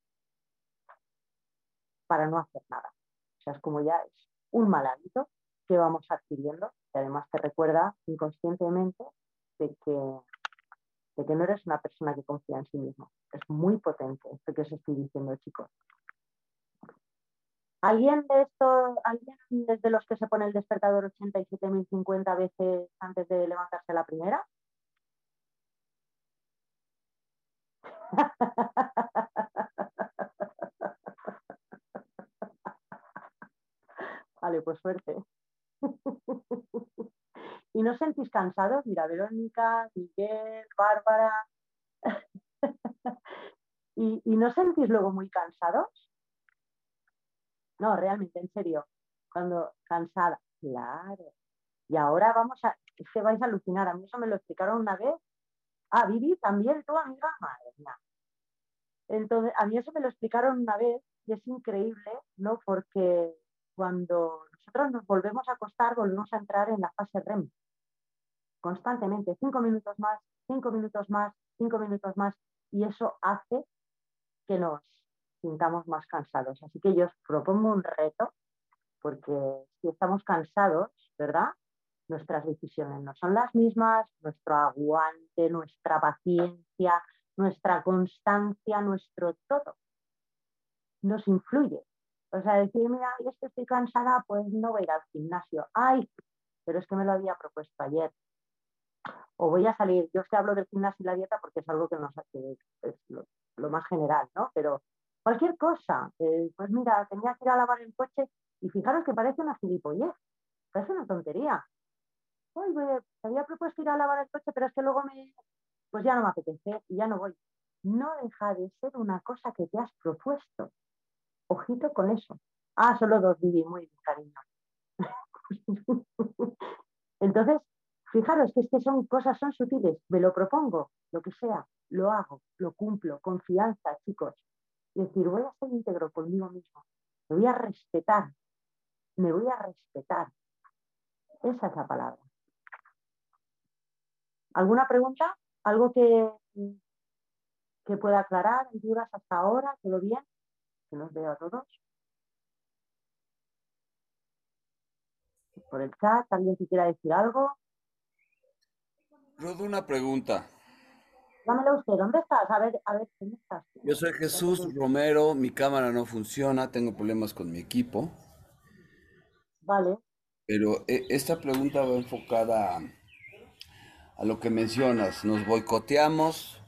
para no hacer nada. O sea, es como ya es un mal hábito que vamos adquiriendo y además te recuerda inconscientemente de que, de que no eres una persona que confía en sí mismo. Es muy potente esto que os estoy diciendo, chicos. ¿Alguien de estos, alguien desde los que se pone el despertador ochenta y siete mil cincuenta veces antes de levantarse la primera? Vale, pues suerte. ¿Y no sentís cansados? Mira, Verónica, Miguel, Bárbara. ¿Y, ¿Y no sentís luego muy cansados? No, realmente, en serio. Cuando cansada, claro. Y ahora vamos a, es que vais a alucinar. A mí eso me lo explicaron una vez Ah, Vivi, también tu amiga, madre mía. Entonces, a mí eso me lo explicaron una vez y es increíble, ¿no? Porque cuando nosotros nos volvemos a acostar, volvemos a entrar en la fase R E M constantemente, cinco minutos más, cinco minutos más, cinco minutos más, y eso hace que nos sintamos más cansados. Así que yo os propongo un reto, porque si estamos cansados, ¿verdad? Nuestras decisiones no son las mismas, nuestro aguante, nuestra paciencia, nuestra constancia, nuestro todo nos influye. O sea, decir, mira, yo es que estoy cansada, pues no voy a ir al gimnasio. Ay, pero es que me lo había propuesto ayer. O voy a salir, yo es que hablo del gimnasio y la dieta porque es algo que nos hace, es lo, lo más general, ¿no? Pero cualquier cosa, eh, pues mira, tenía que ir a lavar el coche y fijaros que parece una gilipollez, parece una tontería. Uy, me había propuesto ir a lavar el coche, pero es que luego me, pues ya no me apetece y ya no voy. No deja de ser una cosa que te has propuesto. Ojito con eso. Ah, solo dos, Vivi, muy bien, cariño. Entonces, fijaros que es que son cosas, son sutiles. Me lo propongo, lo que sea, lo hago, lo cumplo. Confianza, chicos. Es decir, voy a ser íntegro conmigo mismo. Me voy a respetar. Me voy a respetar. Esa es la palabra. ¿Alguna pregunta? ¿Algo que, que pueda aclarar? ¿Dudas hasta ahora? ¿Todo bien? Que nos veo a todos. Por el chat, ¿alguien que quiera decir algo? Ruth, una pregunta. Dámelo usted, ¿dónde estás? A ver, a ver, ¿dónde estás? Yo soy Jesús Romero, mi cámara no funciona, tengo problemas con mi equipo, Vale. pero eh, esta pregunta va enfocada a, a lo que mencionas. Nos boicoteamos,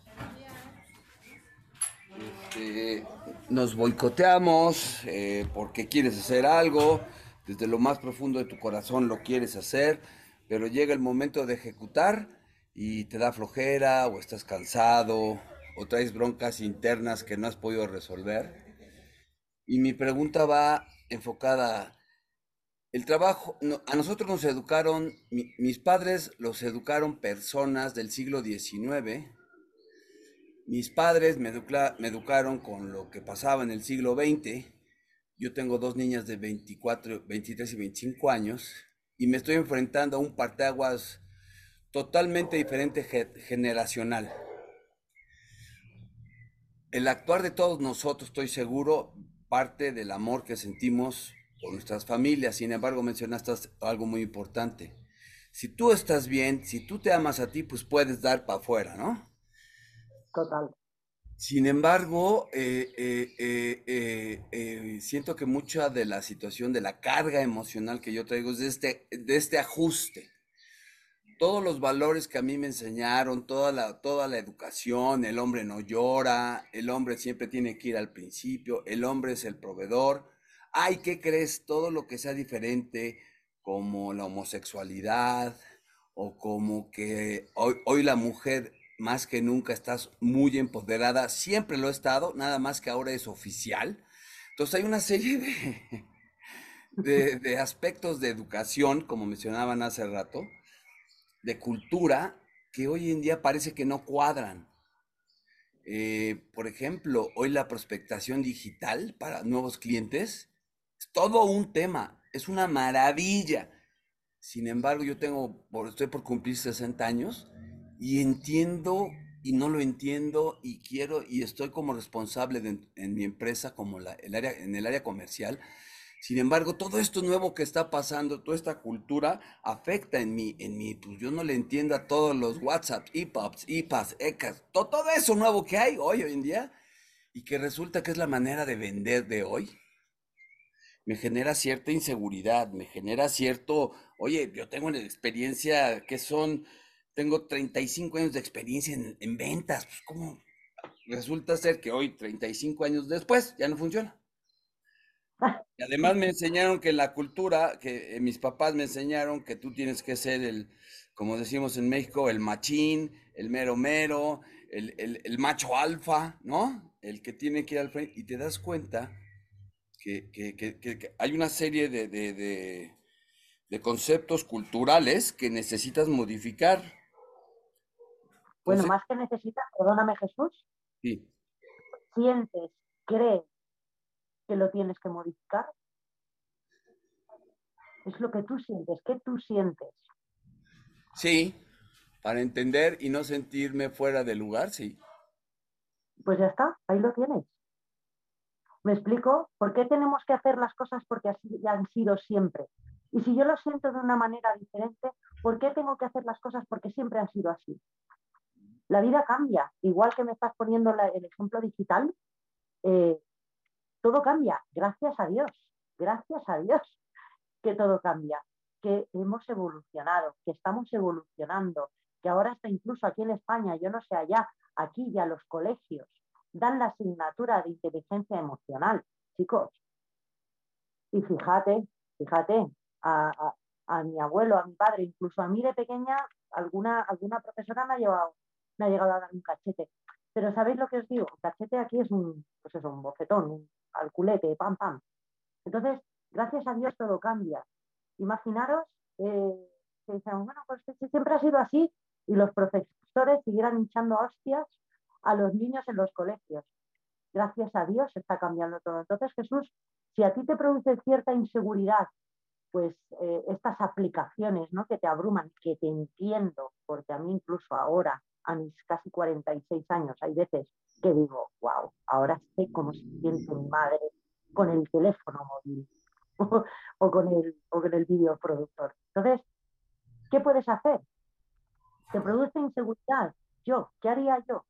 este, nos boicoteamos eh, porque quieres hacer algo, desde lo más profundo de tu corazón lo quieres hacer, pero llega el momento de ejecutar y te da flojera o estás cansado o traes broncas internas que no has podido resolver. Y mi pregunta va enfocada, el trabajo, no, a nosotros nos educaron, mi, mis padres los educaron personas del siglo diecinueve, mis padres me, educa, me educaron con lo que pasaba en el siglo veinte, yo tengo dos niñas de veinticuatro, veintitrés y veinticinco años, y me estoy enfrentando a un parteaguas totalmente diferente ge, generacional. El actuar de todos nosotros, estoy seguro, parte del amor que sentimos por nuestras familias. Sin embargo, mencionaste algo muy importante. Si tú estás bien, si tú te amas a ti, pues puedes dar para afuera, ¿no? Total. Sin embargo, eh, eh, eh, eh, eh, siento que mucha de la situación, de la carga emocional que yo traigo es de este, de este ajuste. Todos los valores que a mí me enseñaron, toda la, toda la educación, el hombre no llora, el hombre siempre tiene que ir al principio, el hombre es el proveedor. Ay, ¿qué crees? Todo lo que sea diferente, como la homosexualidad, o como que hoy, hoy la mujer más que nunca está muy empoderada, siempre lo ha estado, nada más que ahora es oficial. Entonces hay una serie de, de, de aspectos de educación, como mencionaban hace rato, de cultura que hoy en día parece que no cuadran. Eh, por ejemplo, hoy la prospectación digital para nuevos clientes es todo un tema, es una maravilla. Sin embargo, yo tengo, estoy por cumplir sesenta años y entiendo y no lo entiendo y quiero y estoy como responsable de, en mi empresa como la, el área, en el área comercial. Sin embargo, todo esto nuevo que está pasando, toda esta cultura afecta en mí, en mí, pues yo no le entiendo a todos los WhatsApp, E P U Bs, E P A S, E C A S, todo, todo eso nuevo que hay hoy, hoy en día, y que resulta que es la manera de vender de hoy, me genera cierta inseguridad, me genera cierto, oye, yo tengo una experiencia que son, tengo treinta y cinco años de experiencia en, en ventas, pues cómo resulta ser que hoy, treinta y cinco años después, ya no funciona. Y además me enseñaron que la cultura, que eh, mis papás me enseñaron que tú tienes que ser el, como decimos en México, el machín, el mero mero, el, el, el macho alfa, ¿no? El que tiene que ir al frente. Y te das cuenta que, que, que, que, que hay una serie de, de, de, de conceptos culturales que necesitas modificar. Bueno, Entonces, más que necesitas, perdóname Jesús, sí. sientes, crees que lo tienes que modificar. Es lo que tú sientes, ¿qué tú sientes? Sí, para entender y no sentirme fuera de lugar, sí. Pues ya está, ahí lo tienes. ¿Me explico? ¿Por qué tenemos que hacer las cosas porque así han sido siempre? Y si yo lo siento de una manera diferente, ¿por qué tengo que hacer las cosas porque siempre han sido así? La vida cambia, igual que me estás poniendo la, el ejemplo digital, eh, todo cambia, gracias a Dios, gracias a Dios que todo cambia, que hemos evolucionado, que estamos evolucionando, que ahora está incluso aquí en España, yo no sé allá, aquí ya los colegios dan la asignatura de inteligencia emocional, chicos. Y fíjate, fíjate, a, a, a mi abuelo, a mi padre, incluso a mí de pequeña, alguna, alguna profesora me ha, llevado, me ha llegado a dar un cachete. Pero ¿sabéis lo que os digo? El cachete aquí es un, pues eso, un bofetón, un alculete, pam, pam. Entonces, gracias a Dios todo cambia. Imaginaros eh, que dicen, bueno, pues que siempre ha sido así y los profesores siguieran hinchando hostias a los niños en los colegios. Gracias a Dios está cambiando todo. Entonces, Jesús, si a ti te produce cierta inseguridad, pues eh, estas aplicaciones, ¿no?, que te abruman, que te entiendo, porque a mí incluso ahora, a mis casi cuarenta y seis años, hay veces que digo, wow, ahora sé cómo se siente mi madre con el teléfono móvil o, o con el, o con el videoproductor. Entonces, ¿qué puedes hacer? ¿Te produce inseguridad? Yo, ¿qué haría yo?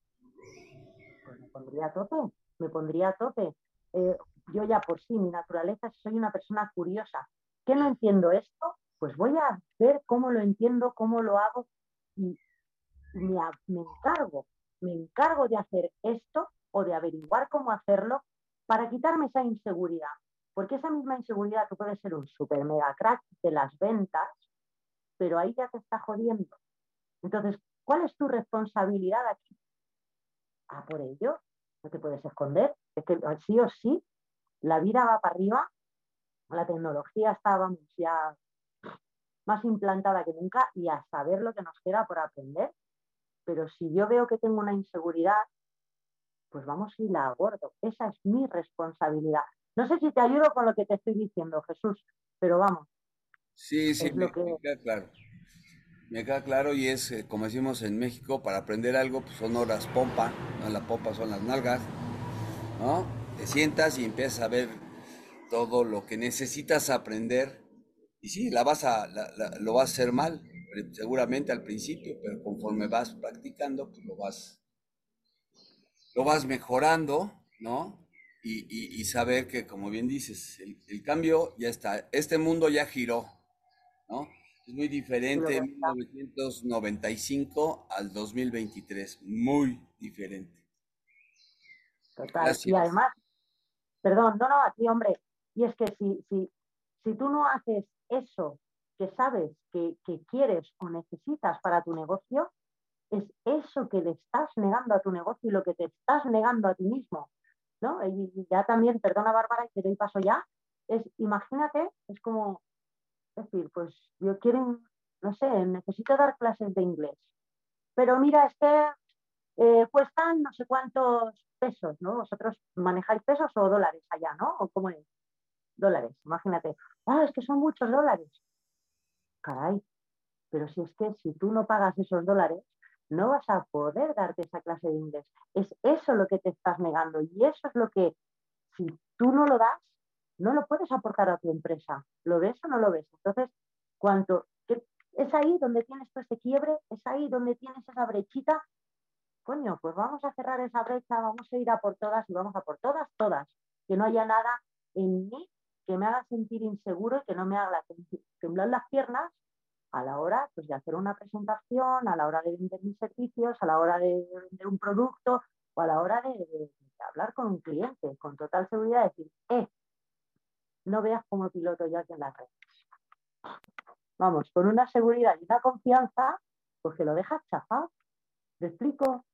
Pues me pondría a tope, me pondría a tope. Eh, yo ya por sí, mi naturaleza, soy una persona curiosa. ¿Qué no entiendo esto? Pues voy a ver cómo lo entiendo, cómo lo hago y me, me encargo, me encargo de hacer esto o de averiguar cómo hacerlo para quitarme esa inseguridad. Porque esa misma inseguridad, tú puedes ser un super mega crack de las ventas, pero ahí ya te está jodiendo. Entonces, ¿cuál es tu responsabilidad aquí? Ah, por ello, no te puedes esconder. Es que sí o sí, la vida va para arriba, la tecnología está, vamos, ya más implantada que nunca y a saber lo que nos queda por aprender. Pero si yo veo que tengo una inseguridad, pues vamos y la abordo. Esa es mi responsabilidad. No sé si te ayudo con lo que te estoy diciendo, Jesús, pero vamos. Sí, sí, es me, lo que... me queda claro. Me queda claro y es, eh, como decimos en México, para aprender algo pues son horas pompa, ¿no? La pompa son las nalgas, ¿no? Te sientas y empiezas a ver todo lo que necesitas aprender y sí, la vas a, la- la- lo vas a hacer mal, eh, seguramente al principio, pero conforme vas practicando, pues lo vas, lo vas mejorando, ¿no? Y, y- y saber que, como bien dices, el, el cambio ya está, este mundo ya giró, ¿no? Es muy diferente de mil novecientos noventa y cinco al dos mil veintitrés, muy diferente. Total. Y Gracias. además, perdón, no, no, a ti, hombre, y es que si, si, si tú no haces eso que sabes que, que quieres o necesitas para tu negocio, es eso que le estás negando a tu negocio y lo que te estás negando a ti mismo, ¿no? Y ya también, perdona Bárbara, que te doy paso ya, es, imagínate, es como, es decir, pues yo quiero, no sé, necesito dar clases de inglés, pero mira, es que eh, cuestan no sé cuántos pesos, ¿no? Vosotros manejáis pesos o dólares allá, ¿no? ¿O cómo es? Dólares, imagínate. Ah, es que son muchos dólares. Caray, pero si es que si tú no pagas esos dólares, no vas a poder darte esa clase de inglés. Es eso lo que te estás negando y eso es lo que, si tú no lo das, no lo puedes aportar a tu empresa. ¿Lo ves o no lo ves? Entonces, cuanto, que, es ahí donde tienes todo ese quiebre, es ahí donde tienes esa brechita. Coño, pues vamos a cerrar esa brecha, vamos a ir a por todas y vamos a por todas, todas. Que no haya nada en mí que me haga sentir inseguro y que no me haga temblar las piernas a la hora, pues, de hacer una presentación, a la hora de vender mis servicios, a la hora de vender un producto o a la hora de, de, de hablar con un cliente con total seguridad, decir, eh, no veas como piloto yo aquí en la red. Vamos, con una seguridad y una confianza, pues que lo dejas chafado. ¿Te explico?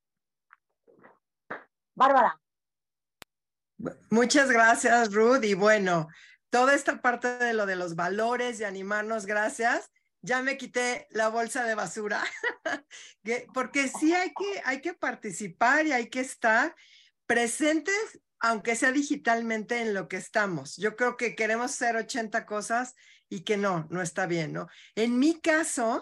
Bárbara. Muchas gracias, Ruth. Y bueno, toda esta parte de lo de los valores y animarnos, gracias. ya me quité la bolsa de basura, porque sí hay que, hay que participar y hay que estar presentes, aunque sea digitalmente, en lo que estamos. Yo creo que queremos hacer ochenta cosas y que no, no está bien, ¿no? En mi caso,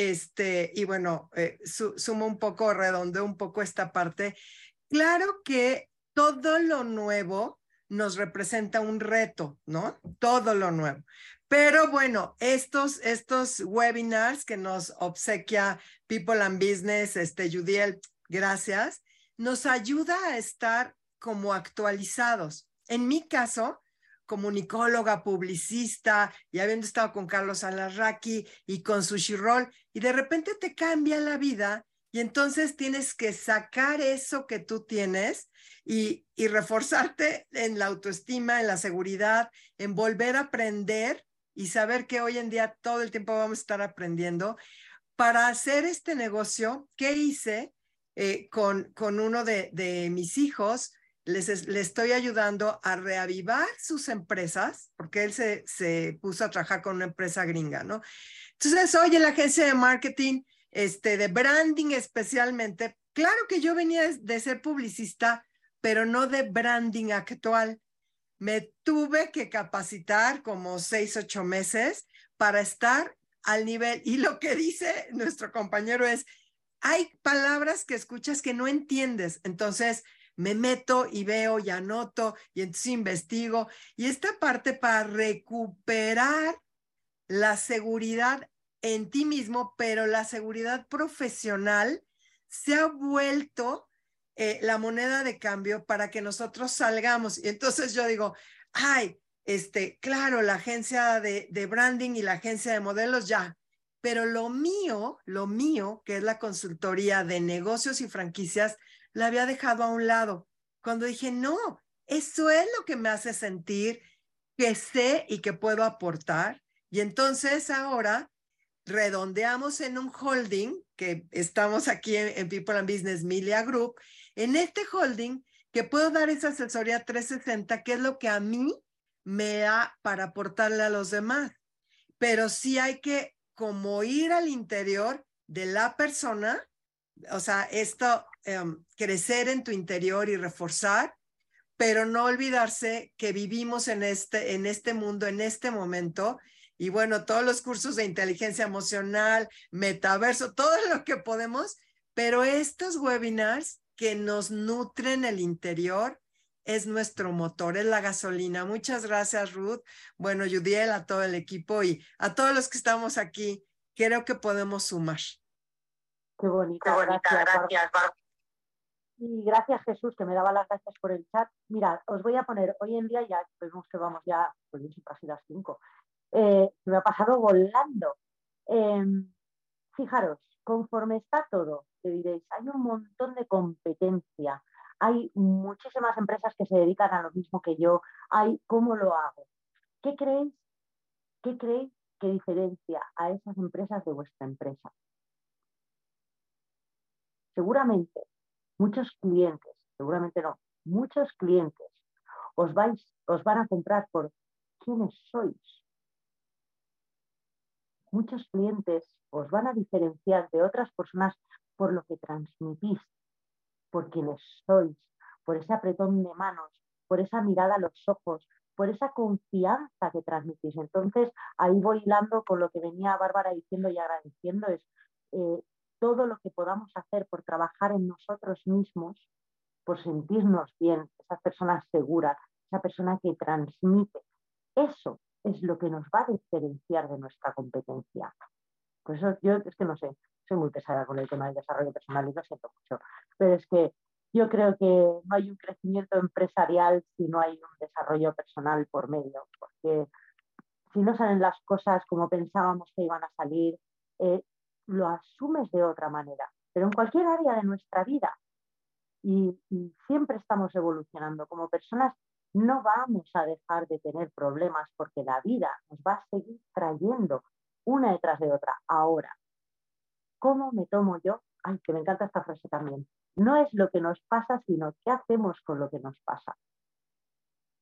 este, y bueno, eh, su, sumo un poco, redondeo un poco esta parte, claro que todo lo nuevo nos representa un reto, ¿no? Todo lo nuevo. Pero bueno, estos, estos webinars que nos obsequia People and Business, este, Judiel, gracias, nos ayuda a estar como actualizados. En mi caso, comunicóloga, publicista, y habiendo estado con Carlos Alarraqui y con Sushi Roll, y de repente te cambia la vida y entonces tienes que sacar eso que tú tienes y, y reforzarte en la autoestima, en la seguridad, en volver a aprender y saber que hoy en día todo el tiempo vamos a estar aprendiendo. Para hacer este negocio, ¿qué hice? Eh, con, con uno de, de mis hijos, les, les estoy ayudando a reavivar sus empresas, porque él se, se puso a trabajar con una empresa gringa, ¿no? Entonces, oye, la agencia de marketing, este, de branding especialmente, claro que yo venía de, de ser publicista, pero no de branding actual. Me tuve que capacitar como seis, ocho meses para estar al nivel. Y lo que dice nuestro compañero es, hay palabras que escuchas que no entiendes. Entonces me meto y veo y anoto y entonces investigo. Y esta parte para recuperar la seguridad en ti mismo, pero la seguridad profesional se ha vuelto eh, la moneda de cambio para que nosotros salgamos. Y entonces yo digo, ay, este, claro, la agencia de, de branding y la agencia de modelos ya, pero lo mío, lo mío, que es la consultoría de negocios y franquicias, la había dejado a un lado. Cuando dije, no, eso es lo que me hace sentir que sé y que puedo aportar. Y entonces ahora redondeamos en un holding, que estamos aquí en, en People and Business Media Group, en este holding que puedo dar esa asesoría trescientos sesenta, que es lo que a mí me da para aportarle a los demás. Pero sí hay que como ir al interior de la persona, o sea, esto, um, crecer en tu interior y reforzar, pero no olvidarse que vivimos en este, en este mundo, en este momento, y bueno, todos los cursos de inteligencia emocional, metaverso, todo lo que podemos, pero estos webinars que nos nutren el interior es nuestro motor, es la gasolina. Muchas gracias, Ruth. Bueno, Yudiel, a todo el equipo y a todos los que estamos aquí, creo que podemos sumar. Qué bonita, Qué bonita, gracias, gracias, Bárbara. Y gracias, Jesús, que me daba las gracias por el chat. Mira, os voy a poner, hoy en día ya vemos que vamos ya, pues casi las cinco. Eh, me ha pasado volando. Eh, fijaros, conforme está todo, que diréis, hay un montón de competencia, hay muchísimas empresas que se dedican a lo mismo que yo, hay cómo lo hago. ¿Qué creéis? ¿Qué creéis que diferencia a esas empresas de vuestra empresa? Seguramente muchos clientes, seguramente no, muchos clientes os, vais, os van a comprar por quiénes sois. Muchos clientes os van a diferenciar de otras personas por lo que transmitís, por quienes sois, por ese apretón de manos, por esa mirada a los ojos, por esa confianza que transmitís. Entonces, ahí voy hilando con lo que venía Bárbara diciendo y agradeciendo, es eh, todo lo que podamos hacer por trabajar en nosotros mismos, por sentirnos bien, esa persona segura, esa persona que transmite. Eso es lo que nos va a diferenciar de nuestra competencia. Por eso yo es que no sé, soy muy pesada con el tema del desarrollo personal y lo siento mucho, pero es que yo creo que no hay un crecimiento empresarial si no hay un desarrollo personal por medio, porque si no salen las cosas como pensábamos que iban a salir, eh, lo asumes de otra manera, pero en cualquier área de nuestra vida. Y, y siempre estamos evolucionando. Como personas no vamos a dejar de tener problemas porque la vida nos va a seguir trayendo una detrás de otra. Ahora, ¿cómo me tomo yo? Ay, que me encanta esta frase también. No es lo que nos pasa, sino qué hacemos con lo que nos pasa.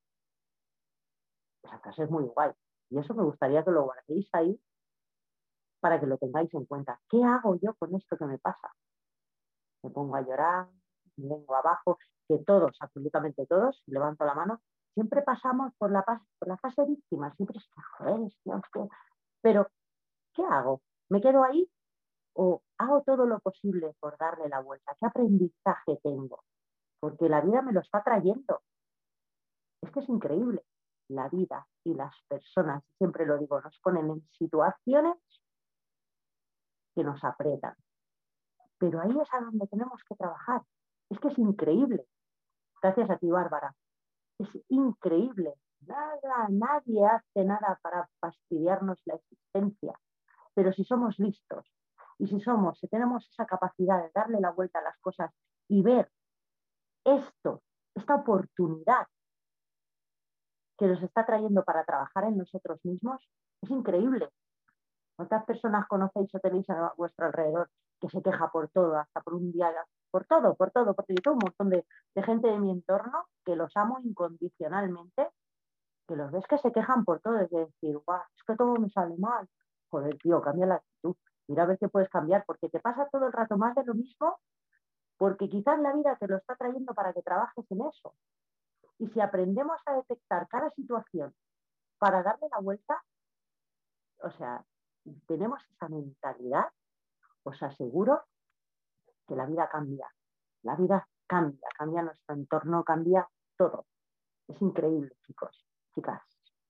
Esa frase es muy guay. Y eso me gustaría que lo guardéis ahí para que lo tengáis en cuenta. ¿Qué hago yo con esto que me pasa? Me pongo a llorar, me vengo abajo, que todos, absolutamente todos, levanto la mano, siempre pasamos por la, por la fase víctima, siempre es que, joder, es que, es que... Pero, ¿qué hago? ¿Me quedo ahí o hago todo lo posible por darle la vuelta? ¿Qué aprendizaje tengo? Porque la vida me lo está trayendo. Es que es increíble. La vida y las personas, siempre lo digo, nos ponen en situaciones que nos aprietan. Pero ahí es a donde tenemos que trabajar. Es que es increíble. Gracias a ti, Bárbara. Es increíble. Nada, nadie hace nada para fastidiarnos la existencia. Pero si somos listos y si somos, si tenemos esa capacidad de darle la vuelta a las cosas y ver esto, esta oportunidad que nos está trayendo para trabajar en nosotros mismos, es increíble. ¿Cuántas personas conocéis o tenéis a vuestro alrededor que se queja por todo, hasta por un día, por todo, por todo, porque yo tengo un montón de, de gente de mi entorno que los amo incondicionalmente, que los ves que se quejan por todo, es decir, guau, es que todo me sale mal. Joder, tío, cambia la actitud, mira a ver qué puedes cambiar, porque te pasa todo el rato más de lo mismo, porque quizás la vida te lo está trayendo para que trabajes en eso. Y si aprendemos a detectar cada situación para darle la vuelta, o sea, tenemos esa mentalidad, os aseguro que la vida cambia. La vida cambia, cambia nuestro entorno, cambia todo. Es increíble, chicos, chicas.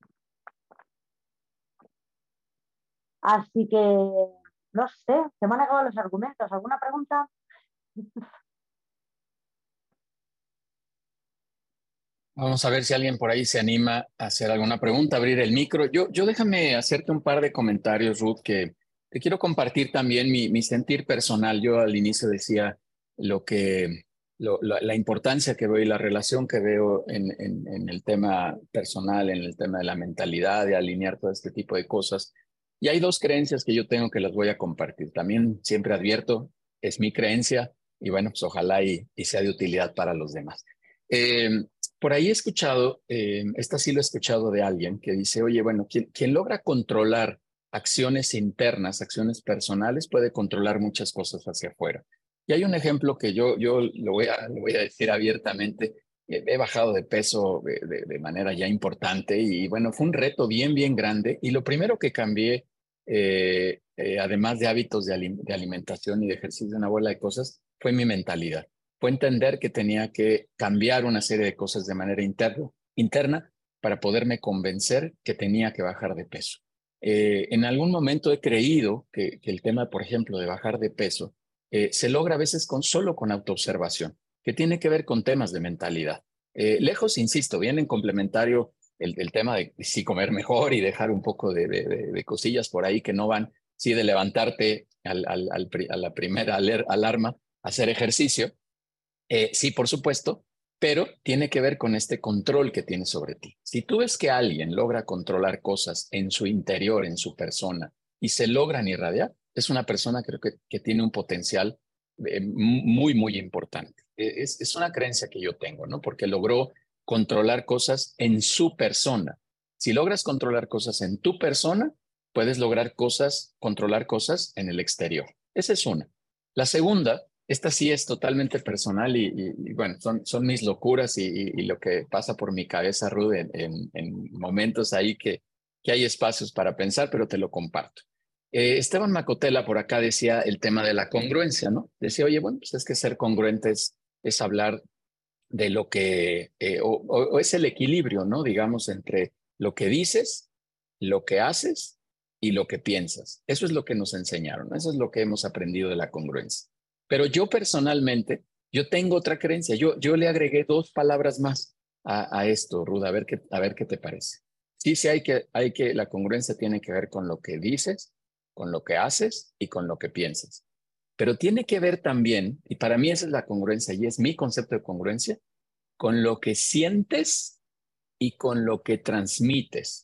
Así que, no sé, se me han acabado los argumentos. ¿Alguna pregunta? Vamos a ver si alguien por ahí se anima a hacer alguna pregunta, abrir el micro. Yo, yo déjame hacerte un par de comentarios, Ruth, que te quiero compartir también mi, mi sentir personal. Yo al inicio decía lo que, lo, la, la importancia que veo y la relación que veo en, en, en el tema personal, en el tema de la mentalidad, de alinear todo este tipo de cosas. Y hay dos creencias que yo tengo que las voy a compartir. También siempre advierto, es mi creencia y bueno, pues ojalá y, y sea de utilidad para los demás. Eh, por ahí he escuchado, eh, esta sí lo he escuchado de alguien que dice, oye, bueno, quien, quien logra controlar acciones internas, acciones personales, puede controlar muchas cosas hacia afuera. Y hay un ejemplo que yo, yo lo, voy a, lo voy a decir abiertamente. He bajado de peso de, de, de manera ya importante y bueno, fue un reto bien, bien grande. Y lo primero que cambié, eh, eh, además de hábitos de, alim de alimentación y de ejercicio, una bola de cosas, fue mi mentalidad. Fue entender que tenía que cambiar una serie de cosas de manera interno, interna para poderme convencer que tenía que bajar de peso. Eh, en algún momento he creído que, que el tema, por ejemplo, de bajar de peso eh, se logra a veces con, solo con autoobservación, que tiene que ver con temas de mentalidad. Eh, lejos, insisto, viene en complementario el, el tema de sí comer mejor y dejar un poco de, de, de, de cosillas por ahí que no van, sí de levantarte al, al, al, a la primera aler, alarma, hacer ejercicio. Eh, sí, por supuesto, pero tiene que ver con este control que tienes sobre ti. Si tú ves que alguien logra controlar cosas en su interior, en su persona, y se logran irradiar, es una persona creo que, que tiene un potencial eh, muy, muy importante. Es, es una creencia que yo tengo, ¿no? Porque logró controlar cosas en su persona. Si logras controlar cosas en tu persona, puedes lograr cosas, controlar cosas en el exterior. Esa es una. La segunda, esta sí es totalmente personal y, y, y bueno, son, son mis locuras y, y, y lo que pasa por mi cabeza, Ruth, en, en, en momentos ahí que, que hay espacios para pensar, pero te lo comparto. Eh, Esteban Macotela por acá decía el tema de la congruencia, ¿no? Decía, oye, bueno, pues es que ser congruente es, es hablar de lo que, eh, o, o es el equilibrio, ¿no? Digamos, entre lo que dices, lo que haces y lo que piensas. Eso es lo que nos enseñaron, ¿no? Eso es lo que hemos aprendido de la congruencia. Pero yo personalmente, yo tengo otra creencia. Yo, yo le agregué dos palabras más a, a esto, Ruda, a ver qué, a ver qué te parece. Sí, sí, hay que, hay que, la congruencia tiene que ver con lo que dices, con lo que haces y con lo que piensas. Pero tiene que ver también, y para mí esa es la congruencia y es mi concepto de congruencia, con lo que sientes y con lo que transmites.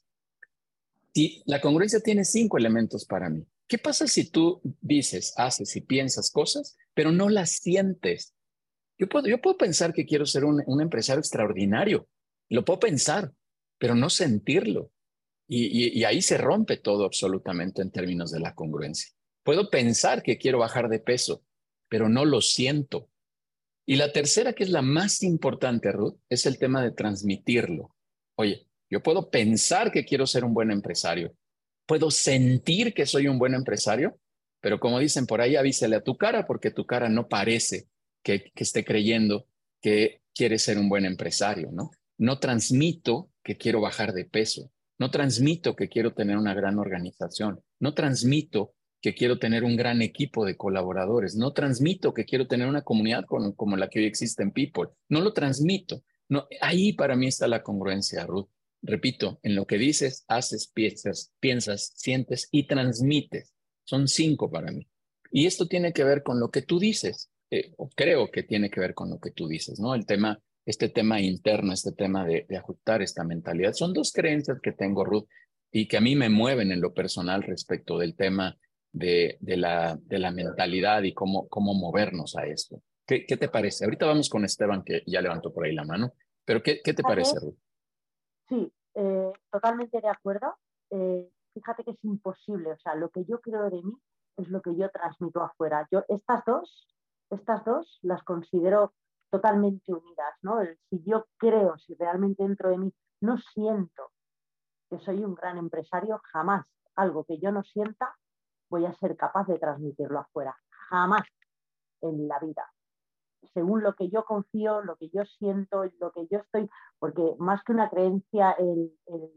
Y la congruencia tiene cinco elementos para mí. ¿Qué pasa si tú dices, haces y piensas cosas, pero no las sientes? Yo puedo, yo puedo pensar que quiero ser un, un empresario extraordinario. Lo puedo pensar, pero no sentirlo. Y, y, y ahí se rompe todo absolutamente en términos de la congruencia. Puedo pensar que quiero bajar de peso, pero no lo siento. Y la tercera, que es la más importante, Ruth, es el tema de transmitirlo. Oye, yo puedo pensar que quiero ser un buen empresario, puedo sentir que soy un buen empresario, pero como dicen por ahí, avísale a tu cara porque tu cara no parece que, que esté creyendo que quiere ser un buen empresario, ¿no? No transmito que quiero bajar de peso, no transmito que quiero tener una gran organización, no transmito que quiero tener un gran equipo de colaboradores, no transmito que quiero tener una comunidad con, como la que hoy existe en People, no lo transmito. No, ahí para mí está la congruencia, Ruth. Repito, en lo que dices, haces, piensas, piensas, sientes y transmites. Son cinco para mí. Y esto tiene que ver con lo que tú dices, eh, o creo que tiene que ver con lo que tú dices, ¿no? El tema, este tema interno, este tema de, de ajustar esta mentalidad. Son dos creencias que tengo, Ruth, y que a mí me mueven en lo personal respecto del tema de, de, la, de la mentalidad y cómo, cómo movernos a esto. ¿Qué, ¿Qué te parece? Ahorita vamos con Esteban, que ya levantó por ahí la mano, pero ¿qué, qué te parece, Ruth? Sí, eh, totalmente de acuerdo. Eh, fíjate que es imposible, o sea, lo que yo creo de mí es lo que yo transmito afuera. Yo estas dos, estas dos las considero totalmente unidas, ¿no? El, si yo creo, si realmente dentro de mí no siento que soy un gran empresario, jamás algo que yo no sienta voy a ser capaz de transmitirlo afuera. Jamás en la vida. Según lo que yo confío, lo que yo siento, lo que yo estoy, porque más que una creencia, el, el,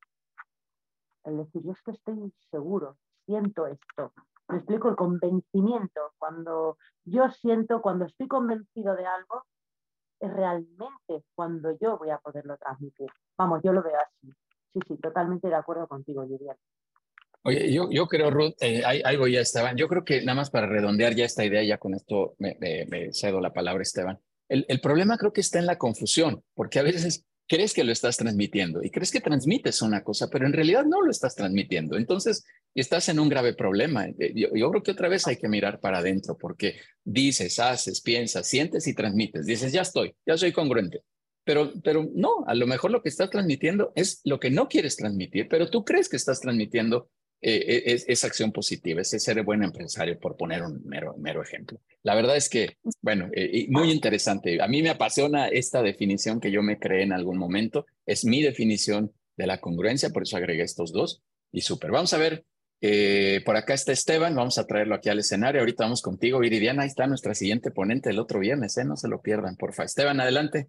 el decir, yo es que estoy seguro, siento esto. Me explico, el convencimiento. Cuando yo siento, cuando estoy convencido de algo, es realmente cuando yo voy a poderlo transmitir. Vamos, yo lo veo así. Sí, sí, totalmente de acuerdo contigo, Julián. Oye, yo, yo creo, Ruth, eh, ahí, ahí voy ya, Esteban. Yo creo que nada más para redondear ya esta idea, ya con esto me, me, me cedo la palabra, Esteban. El, el problema creo que está en la confusión, porque a veces crees que lo estás transmitiendo y crees que transmites una cosa, pero en realidad no lo estás transmitiendo. Entonces, estás en un grave problema. Eh, Yo, yo creo que otra vez hay que mirar para adentro, porque dices, haces, piensas, sientes y transmites. Dices, ya estoy, ya soy congruente. Pero, pero no, a lo mejor lo que estás transmitiendo es lo que no quieres transmitir, pero tú crees que estás transmitiendo eh, es, es acción positiva, es ser buen empresario, por poner un mero, mero ejemplo. La verdad es que, bueno, eh, muy interesante. A mí me apasiona esta definición que yo me creé en algún momento. Es mi definición de la congruencia, por eso agregué estos dos. Y súper. Vamos a ver, eh, por acá está Esteban, vamos a traerlo aquí al escenario. Ahorita vamos contigo, Viridiana. Ahí está nuestra siguiente ponente el otro viernes, ¿eh? No se lo pierdan, porfa. Esteban, adelante.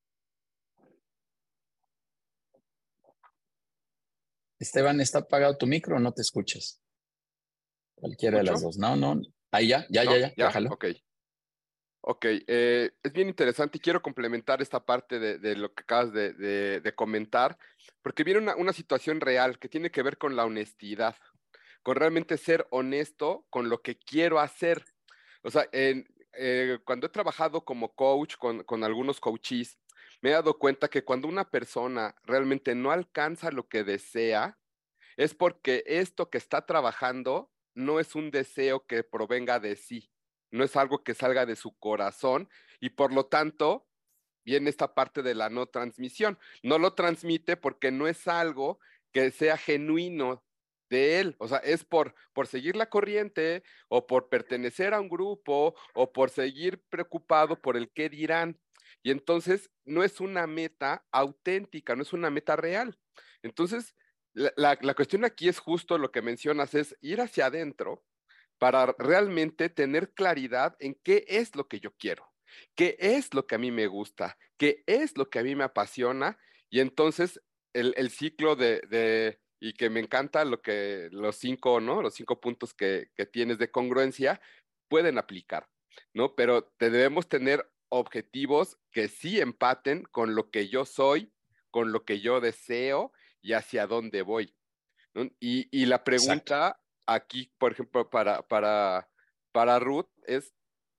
Esteban, ¿está apagado tu micro o no te escuchas? Cualquiera de las ¿Escucho? dos. No, no. Ahí ya, ya, ya, ¿No? ya, ya, ¿Ya? jalo. Ok. Ok, eh, es bien interesante y quiero complementar esta parte de, de lo que acabas de, de- de comentar, porque viene una, una situación real que tiene que ver con la honestidad, con realmente ser honesto con lo que quiero hacer. O sea, en- eh, cuando he trabajado como coach con, con algunos coaches, me he dado cuenta que cuando una persona realmente no alcanza lo que desea, es porque esto que está trabajando no es un deseo que provenga de sí, no es algo que salga de su corazón y por lo tanto viene esta parte de la no transmisión. No lo transmite porque no es algo que sea genuino de él, o sea, es por, por seguir la corriente o por pertenecer a un grupo o por seguir preocupado por el qué dirán. Y entonces no es una meta auténtica, no es una meta real. Entonces, la, la, la cuestión aquí es justo lo que mencionas, es ir hacia adentro para realmente tener claridad en qué es lo que yo quiero, qué es lo que a mí me gusta, qué es lo que a mí me apasiona, y entonces el, el ciclo de, de, y que me encanta lo que los cinco, ¿no? Los cinco puntos que, que tienes de congruencia pueden aplicar, ¿no? Pero te debemos tener objetivos que sí empaten con lo que yo soy, con lo que yo deseo y hacia dónde voy, ¿no? Y, y la Exacto. pregunta aquí, por ejemplo, para, para, para Ruth es,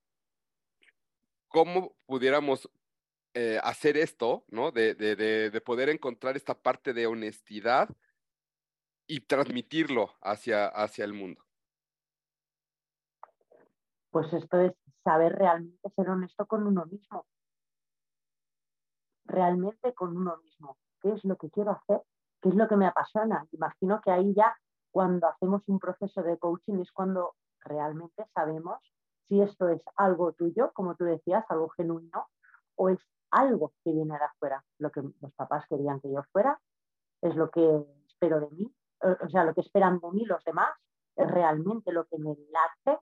¿cómo pudiéramos eh, hacer esto, ¿no? De, de, de, de poder encontrar esta parte de honestidad y transmitirlo hacia, hacia el mundo? Pues esto es saber realmente ser honesto con uno mismo, realmente con uno mismo. ¿Qué es lo que quiero hacer? ¿qué es lo que me apasiona? Imagino que ahí ya cuando hacemos un proceso de coaching es cuando realmente sabemos si esto es algo tuyo, como tú decías, algo genuino, o es algo que viene de afuera. Lo que los papás querían que yo fuera, es lo que espero de mí, o sea, lo que esperan de mí los demás, es realmente lo que me late.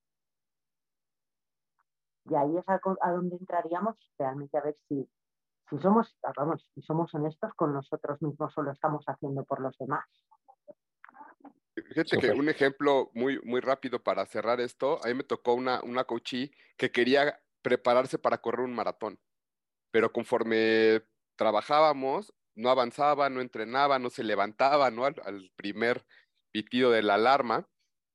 Y ahí es a, a donde entraríamos realmente a ver si, si somos, vamos, si somos honestos con nosotros mismos o lo estamos haciendo por los demás. Fíjate que un ejemplo muy, muy rápido para cerrar esto, a mí me tocó una, una coachee que quería prepararse para correr un maratón, pero conforme trabajábamos, no avanzaba, no entrenaba, no se levantaba, ¿no? Al, al primer pitido de la alarma.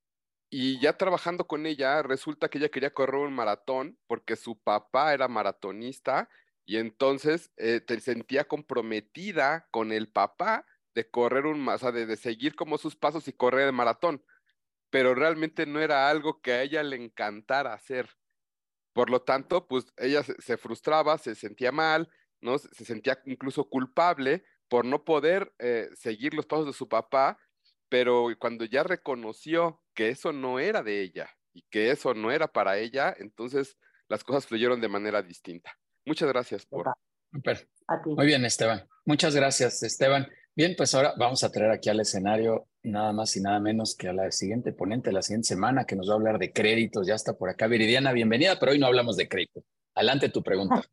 Y ya trabajando con ella, resulta que ella quería correr un maratón porque su papá era maratonista y entonces eh, te sentía comprometida con el papá de correr un, o sea, de, de seguir como sus pasos y correr el maratón, pero realmente no era algo que a ella le encantara hacer. Por lo tanto, pues ella se, se frustraba, se sentía mal, ¿no? Se, se sentía incluso culpable por no poder eh, seguir los pasos de su papá, pero cuando ya reconoció que eso no era de ella y que eso no era para ella, entonces las cosas fluyeron de manera distinta. Muchas gracias por... Super. A ti. Muy bien, Esteban. Muchas gracias, Esteban. Bien, pues ahora vamos a traer aquí al escenario nada más y nada menos que a la siguiente ponente la siguiente semana que nos va a hablar de créditos. Ya está por acá Viridiana, bienvenida, pero hoy no hablamos de crédito. Adelante tu pregunta.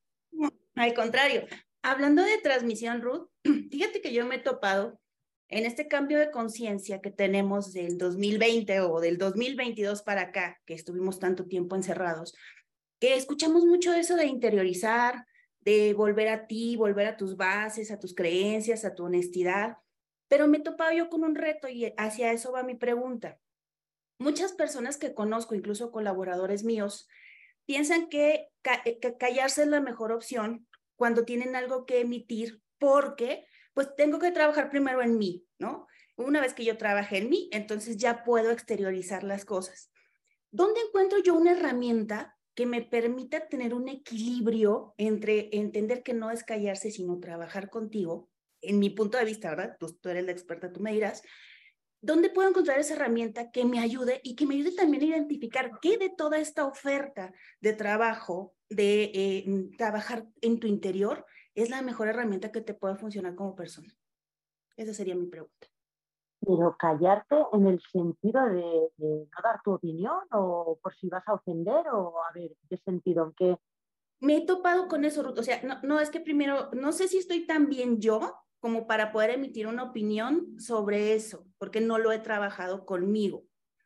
Al contrario, hablando de transmisión, Ruth, fíjate que yo me he topado en este cambio de conciencia que tenemos del dos mil veinte o del dos mil veintidós para acá, que estuvimos tanto tiempo encerrados, que escuchamos mucho eso de interiorizar, de volver a ti, volver a tus bases, a tus creencias, a tu honestidad, pero me he topado yo con un reto y hacia eso va mi pregunta. Muchas personas que conozco, incluso colaboradores míos, piensan que, ca que callarse es la mejor opción cuando tienen algo que emitir, porque pues tengo que trabajar primero en mí, ¿no? Una vez que yo trabajé en mí, entonces ya puedo exteriorizar las cosas. ¿Dónde encuentro yo una herramienta que me permita tener un equilibrio entre entender que no es callarse, sino trabajar contigo? En mi punto de vista, ¿verdad? Tú, tú eres la experta, tú me dirás. ¿Dónde puedo encontrar esa herramienta que me ayude y que me ayude también a identificar qué de toda esta oferta de trabajo, de eh, trabajar en tu interior, es la mejor herramienta que te puede funcionar como persona? Esa sería mi pregunta. Pero callarte en el sentido de, de no dar tu opinión o por si vas a ofender o a ver, ¿qué sentido? ¿En qué? Me he topado con eso, Ruth. O sea, no, no es que primero, no sé si estoy tan bien yo como para poder emitir una opinión sobre eso, porque no lo he trabajado conmigo.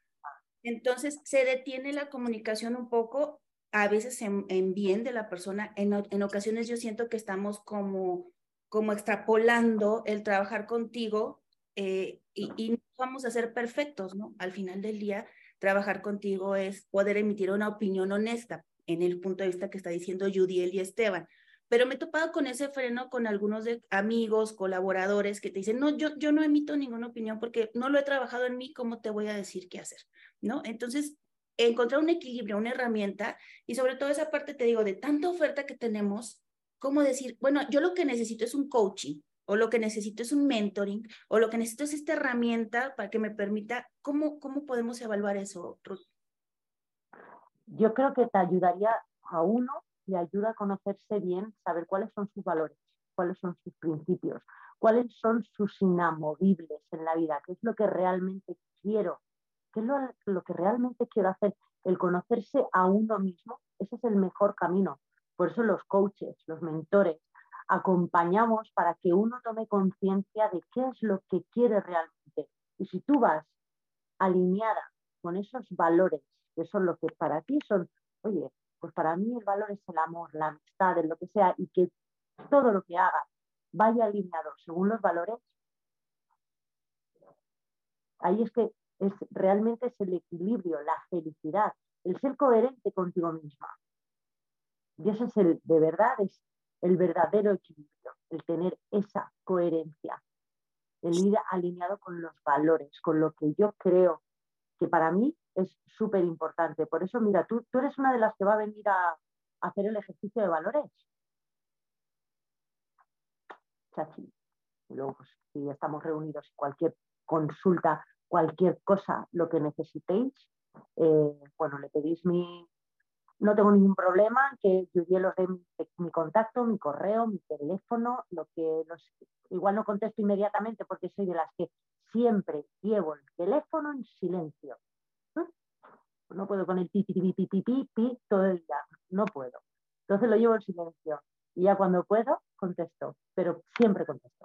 Entonces, se detiene la comunicación un poco, a veces en, en bien de la persona. En, en ocasiones yo siento que estamos como, como extrapolando el trabajar contigo eh, y, y no vamos a ser perfectos, ¿no? Al final del día, trabajar contigo es poder emitir una opinión honesta en el punto de vista que está diciendo Yudiel y Esteban. Pero me he topado con ese freno con algunos de amigos, colaboradores que te dicen, no, yo, yo no emito ninguna opinión porque no lo he trabajado en mí, ¿cómo te voy a decir qué hacer? ¿No? Entonces, encontrar un equilibrio, una herramienta, y sobre todo esa parte, te digo, de tanta oferta que tenemos, ¿cómo decir? Bueno, yo lo que necesito es un coaching, o lo que necesito es un mentoring, o lo que necesito es esta herramienta para que me permita, ¿cómo, cómo podemos evaluar eso, Ruth? Yo creo que te ayudaría a uno, le ayuda a conocerse bien, saber cuáles son sus valores, cuáles son sus principios, cuáles son sus inamovibles en la vida, qué es lo que realmente quiero, qué es lo, lo que realmente quiero hacer. El conocerse a uno mismo, ese es el mejor camino. Por eso los coaches, los mentores, acompañamos para que uno tome conciencia de qué es lo que quiere realmente. Y si tú vas alineada con esos valores, que son lo que para ti son, oye, pues para mí el valor es el amor, la amistad, en lo que sea, y que todo lo que hagas vaya alineado según los valores, ahí es que es, realmente es el equilibrio, la felicidad, el ser coherente contigo misma. Y eso es el, de verdad, es el verdadero equilibrio, el tener esa coherencia, el ir alineado con los valores, con lo que yo creo que para mí es súper importante. Por eso, mira, tú, tú eres una de las que va a venir a, a hacer el ejercicio de valores. Chachi. Y luego, pues, si estamos reunidos, cualquier consulta, cualquier cosa, lo que necesitéis, eh, bueno, le pedís mi... No tengo ningún problema que yo los dé mi, mi contacto, mi correo, mi teléfono, lo que los, igual no contesto inmediatamente porque soy de las que siempre llevo el teléfono en silencio. No puedo con el pi, pi, pi, pi, pi, pi, pi todo el día, no puedo. Entonces lo llevo en silencio y ya cuando puedo contesto, pero siempre contesto.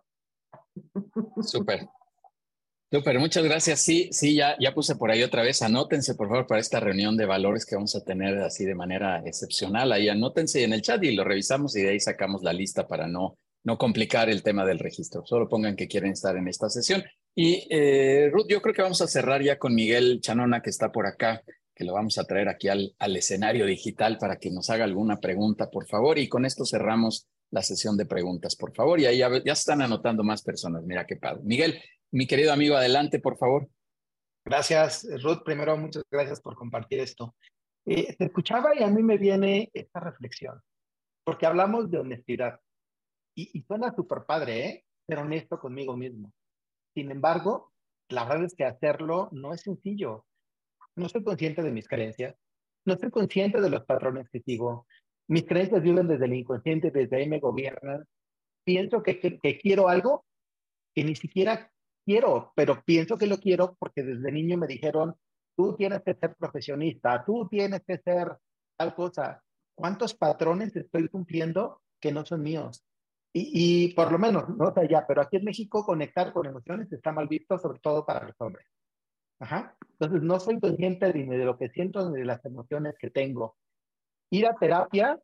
Súper. Súper, muchas gracias. Sí, sí, ya, ya puse por ahí otra vez. Anótense, por favor, para esta reunión de valores que vamos a tener así de manera excepcional. Ahí anótense en el chat y lo revisamos y de ahí sacamos la lista para no, no complicar el tema del registro. Solo pongan que quieren estar en esta sesión. Y eh, Ruth, yo creo que vamos a cerrar ya con Miguel Chanona, que está por acá, que lo vamos a traer aquí al, al escenario digital para que nos haga alguna pregunta, por favor. Y con esto cerramos la sesión de preguntas, por favor. Y ahí ya, ya se están anotando más personas. Mira qué padre. Miguel, mi querido amigo, adelante, por favor. Gracias, Ruth. Primero, muchas gracias por compartir esto. Eh, te escuchaba y a mí me viene esta reflexión, porque hablamos de honestidad. Y, y suena súper padre, ¿eh? Ser honesto conmigo mismo. Sin embargo, la verdad es que hacerlo no es sencillo. No soy consciente de mis creencias. No soy consciente de los patrones que sigo. Mis creencias viven desde el inconsciente, desde ahí me gobiernan. Pienso que, que, que quiero algo que ni siquiera quiero, pero pienso que lo quiero porque desde niño me dijeron, tú tienes que ser profesionista, tú tienes que ser tal cosa. ¿Cuántos patrones estoy cumpliendo que no son míos? Y, y por lo menos, no sé ya, pero aquí en México conectar con emociones está mal visto, sobre todo para los hombres. Ajá. Entonces no soy consciente ni de lo que siento ni de las emociones que tengo. Ir a terapia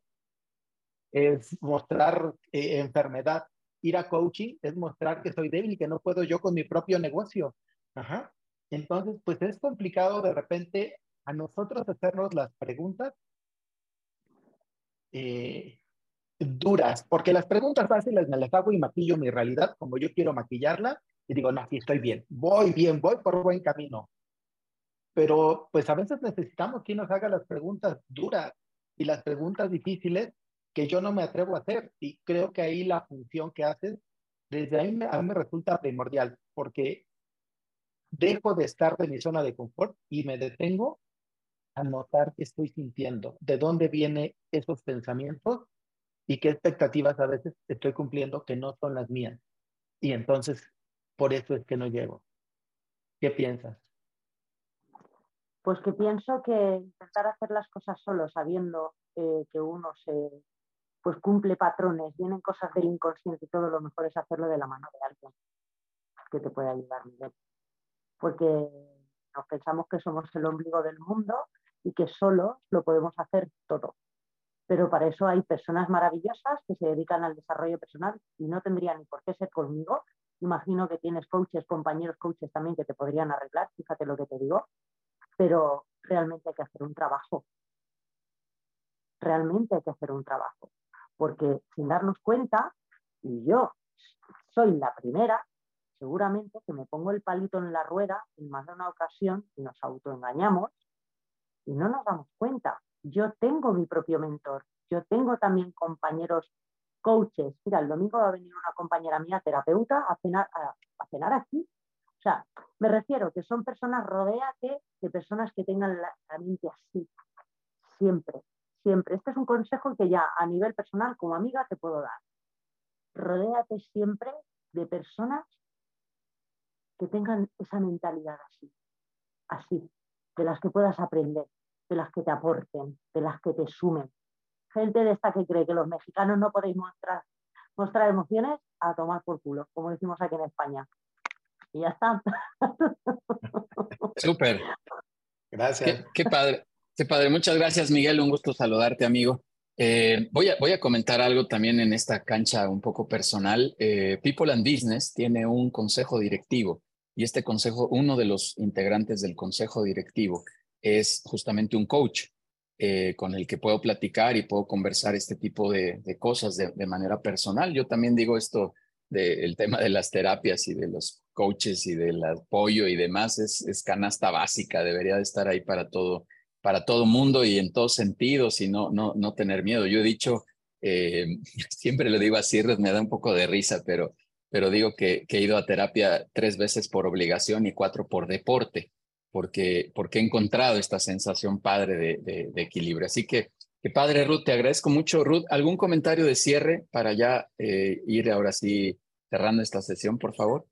es mostrar eh, enfermedad. Ir a coaching es mostrar que soy débil y que no puedo yo con mi propio negocio. Ajá. Entonces, pues es complicado de repente a nosotros hacernos las preguntas eh, duras, porque las preguntas fáciles me las hago y maquillo mi realidad como yo quiero maquillarla y digo, no, aquí estoy bien, voy bien, voy por buen camino. Pero pues a veces necesitamos quien nos haga las preguntas duras y las preguntas difíciles que yo no me atrevo a hacer. Y creo que ahí la función que haces, desde ahí me, a mí me resulta primordial, porque dejo de estar de mi zona de confort y me detengo a notar qué estoy sintiendo, de dónde vienen esos pensamientos y qué expectativas a veces estoy cumpliendo que no son las mías. Y entonces, por eso es que no llego. ¿Qué piensas? Pues que pienso que intentar hacer las cosas solo, sabiendo eh, que uno se pues cumple patrones, vienen cosas del inconsciente y todo, lo mejor es hacerlo de la mano de alguien que te pueda ayudar, Miguel. Porque nos pensamos que somos el ombligo del mundo y que solos lo podemos hacer todo. Pero para eso hay personas maravillosas que se dedican al desarrollo personal y no tendrían ni por qué ser conmigo. Imagino que tienes coaches, compañeros coaches también que te podrían arreglar, fíjate lo que te digo. Pero realmente hay que hacer un trabajo. Realmente hay que hacer un trabajo. Porque sin darnos cuenta, y yo soy la primera, seguramente que me pongo el palito en la rueda en más de una ocasión y nos autoengañamos y no nos damos cuenta. Yo tengo mi propio mentor, yo tengo también compañeros coaches. Mira, el domingo va a venir una compañera mía, terapeuta, a cenar, a, a cenar aquí. O sea, me refiero que son personas, rodéate de personas que tengan la, la mente así, siempre, siempre. Este es un consejo que ya a nivel personal, como amiga, te puedo dar. Rodéate siempre de personas que tengan esa mentalidad así, así, de las que puedas aprender, de las que te aporten, de las que te sumen. Gente de esta que cree que los mexicanos no podéis mostrar, mostrar emociones, a tomar por culo, como decimos aquí en España. Y ya está. Súper. Gracias. Qué, qué padre, qué padre. Muchas gracias, Miguel. Un gusto saludarte, amigo. Eh, voy, a, voy a comentar algo también en esta cancha un poco personal. Eh, People and Business tiene un consejo directivo y este consejo, uno de los integrantes del consejo directivo es justamente un coach eh, con el que puedo platicar y puedo conversar este tipo de, de cosas de, de manera personal. Yo también digo esto del tema de las terapias y de los coaches y del apoyo y demás, es, es canasta básica, debería de estar ahí para todo, para todo mundo y en todos sentidos y no, no, no tener miedo. Yo he dicho, eh, siempre lo digo así, me da un poco de risa, pero, pero digo que, que he ido a terapia tres veces por obligación y cuatro por deporte, porque, porque he encontrado esta sensación padre de, de, de equilibrio. Así que, que padre, Ruth, te agradezco mucho. Ruth, ¿algún comentario de cierre para ya eh, ir ahora sí cerrando esta sesión, por favor?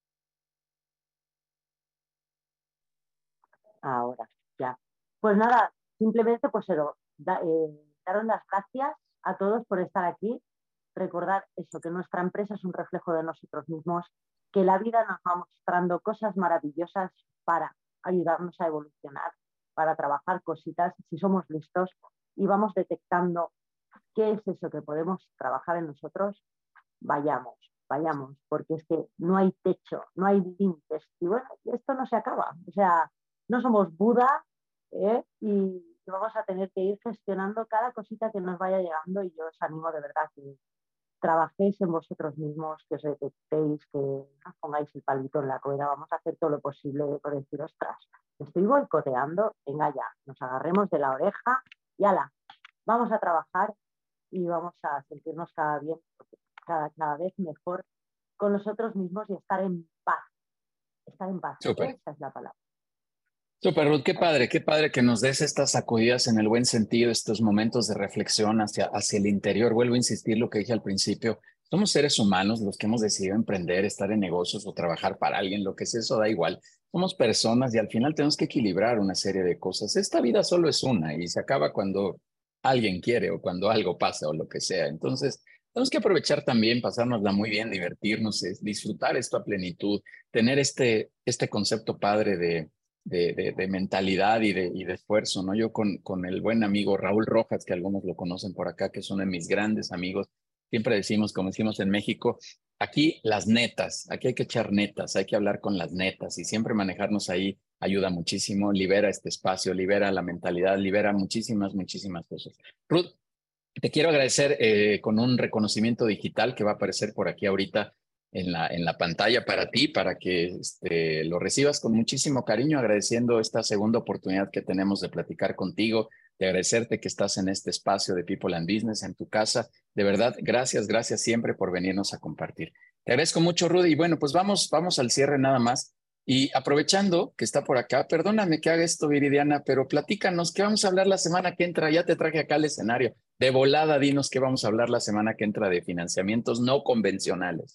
Ahora, ya. Pues nada, simplemente pues eso, da, eh, daros las gracias a todos por estar aquí. Recordar eso, que nuestra empresa es un reflejo de nosotros mismos, que la vida nos va mostrando cosas maravillosas para ayudarnos a evolucionar, para trabajar cositas, si somos listos y vamos detectando qué es eso que podemos trabajar en nosotros, vayamos, vayamos, porque es que no hay techo, no hay límites. Y bueno, esto no se acaba. O sea, no somos Buda, ¿eh? y vamos a tener que ir gestionando cada cosita que nos vaya llegando, y yo os animo de verdad que trabajéis en vosotros mismos, que os detectéis, que no pongáis el palito en la rueda. Vamos a hacer todo lo posible por decir, ostras, me estoy boicoteando, venga ya, nos agarremos de la oreja y ala, vamos a trabajar y vamos a sentirnos cada, bien, cada, cada vez mejor con nosotros mismos y estar en paz. Estar en paz, Súper. Esa es la palabra. Súper, Ruth, qué padre, qué padre que nos des estas sacudidas en el buen sentido, estos momentos de reflexión hacia, hacia el interior. Vuelvo a insistir lo que dije al principio, somos seres humanos los que hemos decidido emprender, estar en negocios o trabajar para alguien, lo que es eso da igual. Somos personas y al final tenemos que equilibrar una serie de cosas. Esta vida solo es una y se acaba cuando alguien quiere o cuando algo pasa o lo que sea. Entonces, tenemos que aprovechar también, pasárnosla muy bien, divertirnos, disfrutar esto a plenitud, tener este, este concepto padre de De, de, de mentalidad y de, y de esfuerzo, ¿no? Yo con, con el buen amigo Raúl Rojas, que algunos lo conocen por acá, que es uno de mis grandes amigos, siempre decimos, como decimos en México, aquí las netas, aquí hay que echar netas, hay que hablar con las netas y siempre manejarnos ahí ayuda muchísimo, libera este espacio, libera la mentalidad, libera muchísimas, muchísimas cosas. Ruth, te quiero agradecer eh, con un reconocimiento digital que va a aparecer por aquí ahorita en la, en la pantalla para ti, para que este, lo recibas con muchísimo cariño, agradeciendo esta segunda oportunidad que tenemos de platicar contigo, de agradecerte que estás en este espacio de People and Business, en tu casa. De verdad, gracias, gracias siempre por venirnos a compartir. Te agradezco mucho, Rudy. Y bueno, pues vamos, vamos al cierre nada más. Y aprovechando que está por acá, perdóname que haga esto, Viridiana, pero platícanos, ¿qué vamos a hablar la semana que entra? Ya te traje acá al escenario. De volada, dinos qué vamos a hablar la semana que entra de financiamientos no convencionales.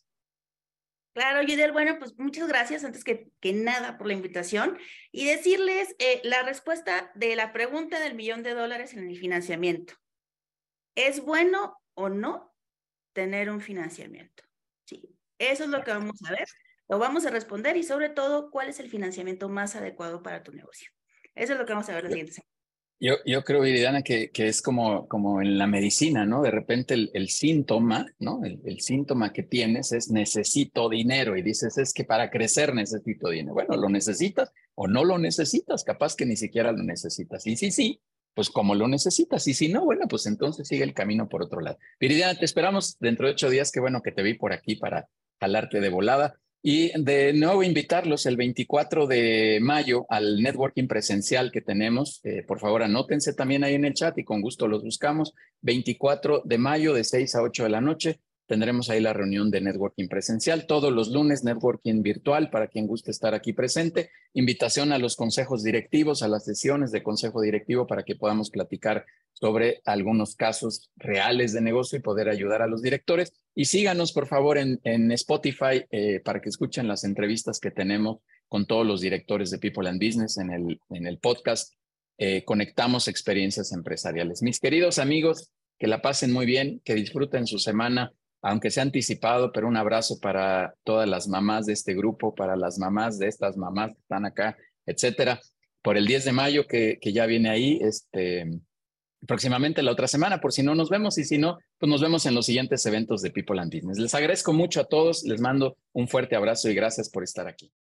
Claro, Yudel, bueno, pues muchas gracias antes que, que nada por la invitación y decirles eh, la respuesta de la pregunta del millón de dólares en el financiamiento. ¿Es bueno o no tener un financiamiento? Sí, eso es lo que vamos a ver, lo vamos a responder y sobre todo, ¿cuál es el financiamiento más adecuado para tu negocio? Eso es lo que vamos a ver la siguiente semana. Yo, yo creo, Viridiana, que, que es como, como en la medicina, ¿no? De repente el, el síntoma, ¿no? El, el síntoma que tienes es necesito dinero y dices, es que para crecer necesito dinero. Bueno, ¿lo necesitas o no lo necesitas? Capaz que ni siquiera lo necesitas. Y sí, sí, pues como lo necesitas. Y si no, bueno, pues entonces sigue el camino por otro lado. Viridiana, te esperamos dentro de ocho días. Qué bueno que te vi por aquí para jalarte de volada. Y de nuevo invitarlos el veinticuatro de mayo al networking presencial que tenemos. Eh, por favor, anótense también ahí en el chat y con gusto los buscamos. veinticuatro de mayo de seis a ocho de la noche tendremos ahí la reunión de networking presencial. Todos los lunes networking virtual para quien guste estar aquí presente. Invitación a los consejos directivos, a las sesiones de consejo directivo para que podamos platicar sobre algunos casos reales de negocio y poder ayudar a los directores. Y síganos, por favor, en, en Spotify eh, para que escuchen las entrevistas que tenemos con todos los directores de People and Business en el, en el podcast. Eh, conectamos experiencias empresariales. Mis queridos amigos, que la pasen muy bien, que disfruten su semana, aunque sea anticipado, pero un abrazo para todas las mamás de este grupo, para las mamás de estas mamás que están acá, etcétera. Por el diez de mayo, que, que ya viene ahí, este... próximamente la otra semana, por si no nos vemos y si no, pues nos vemos en los siguientes eventos de People and Business. Les agradezco mucho a todos, les mando un fuerte abrazo y gracias por estar aquí.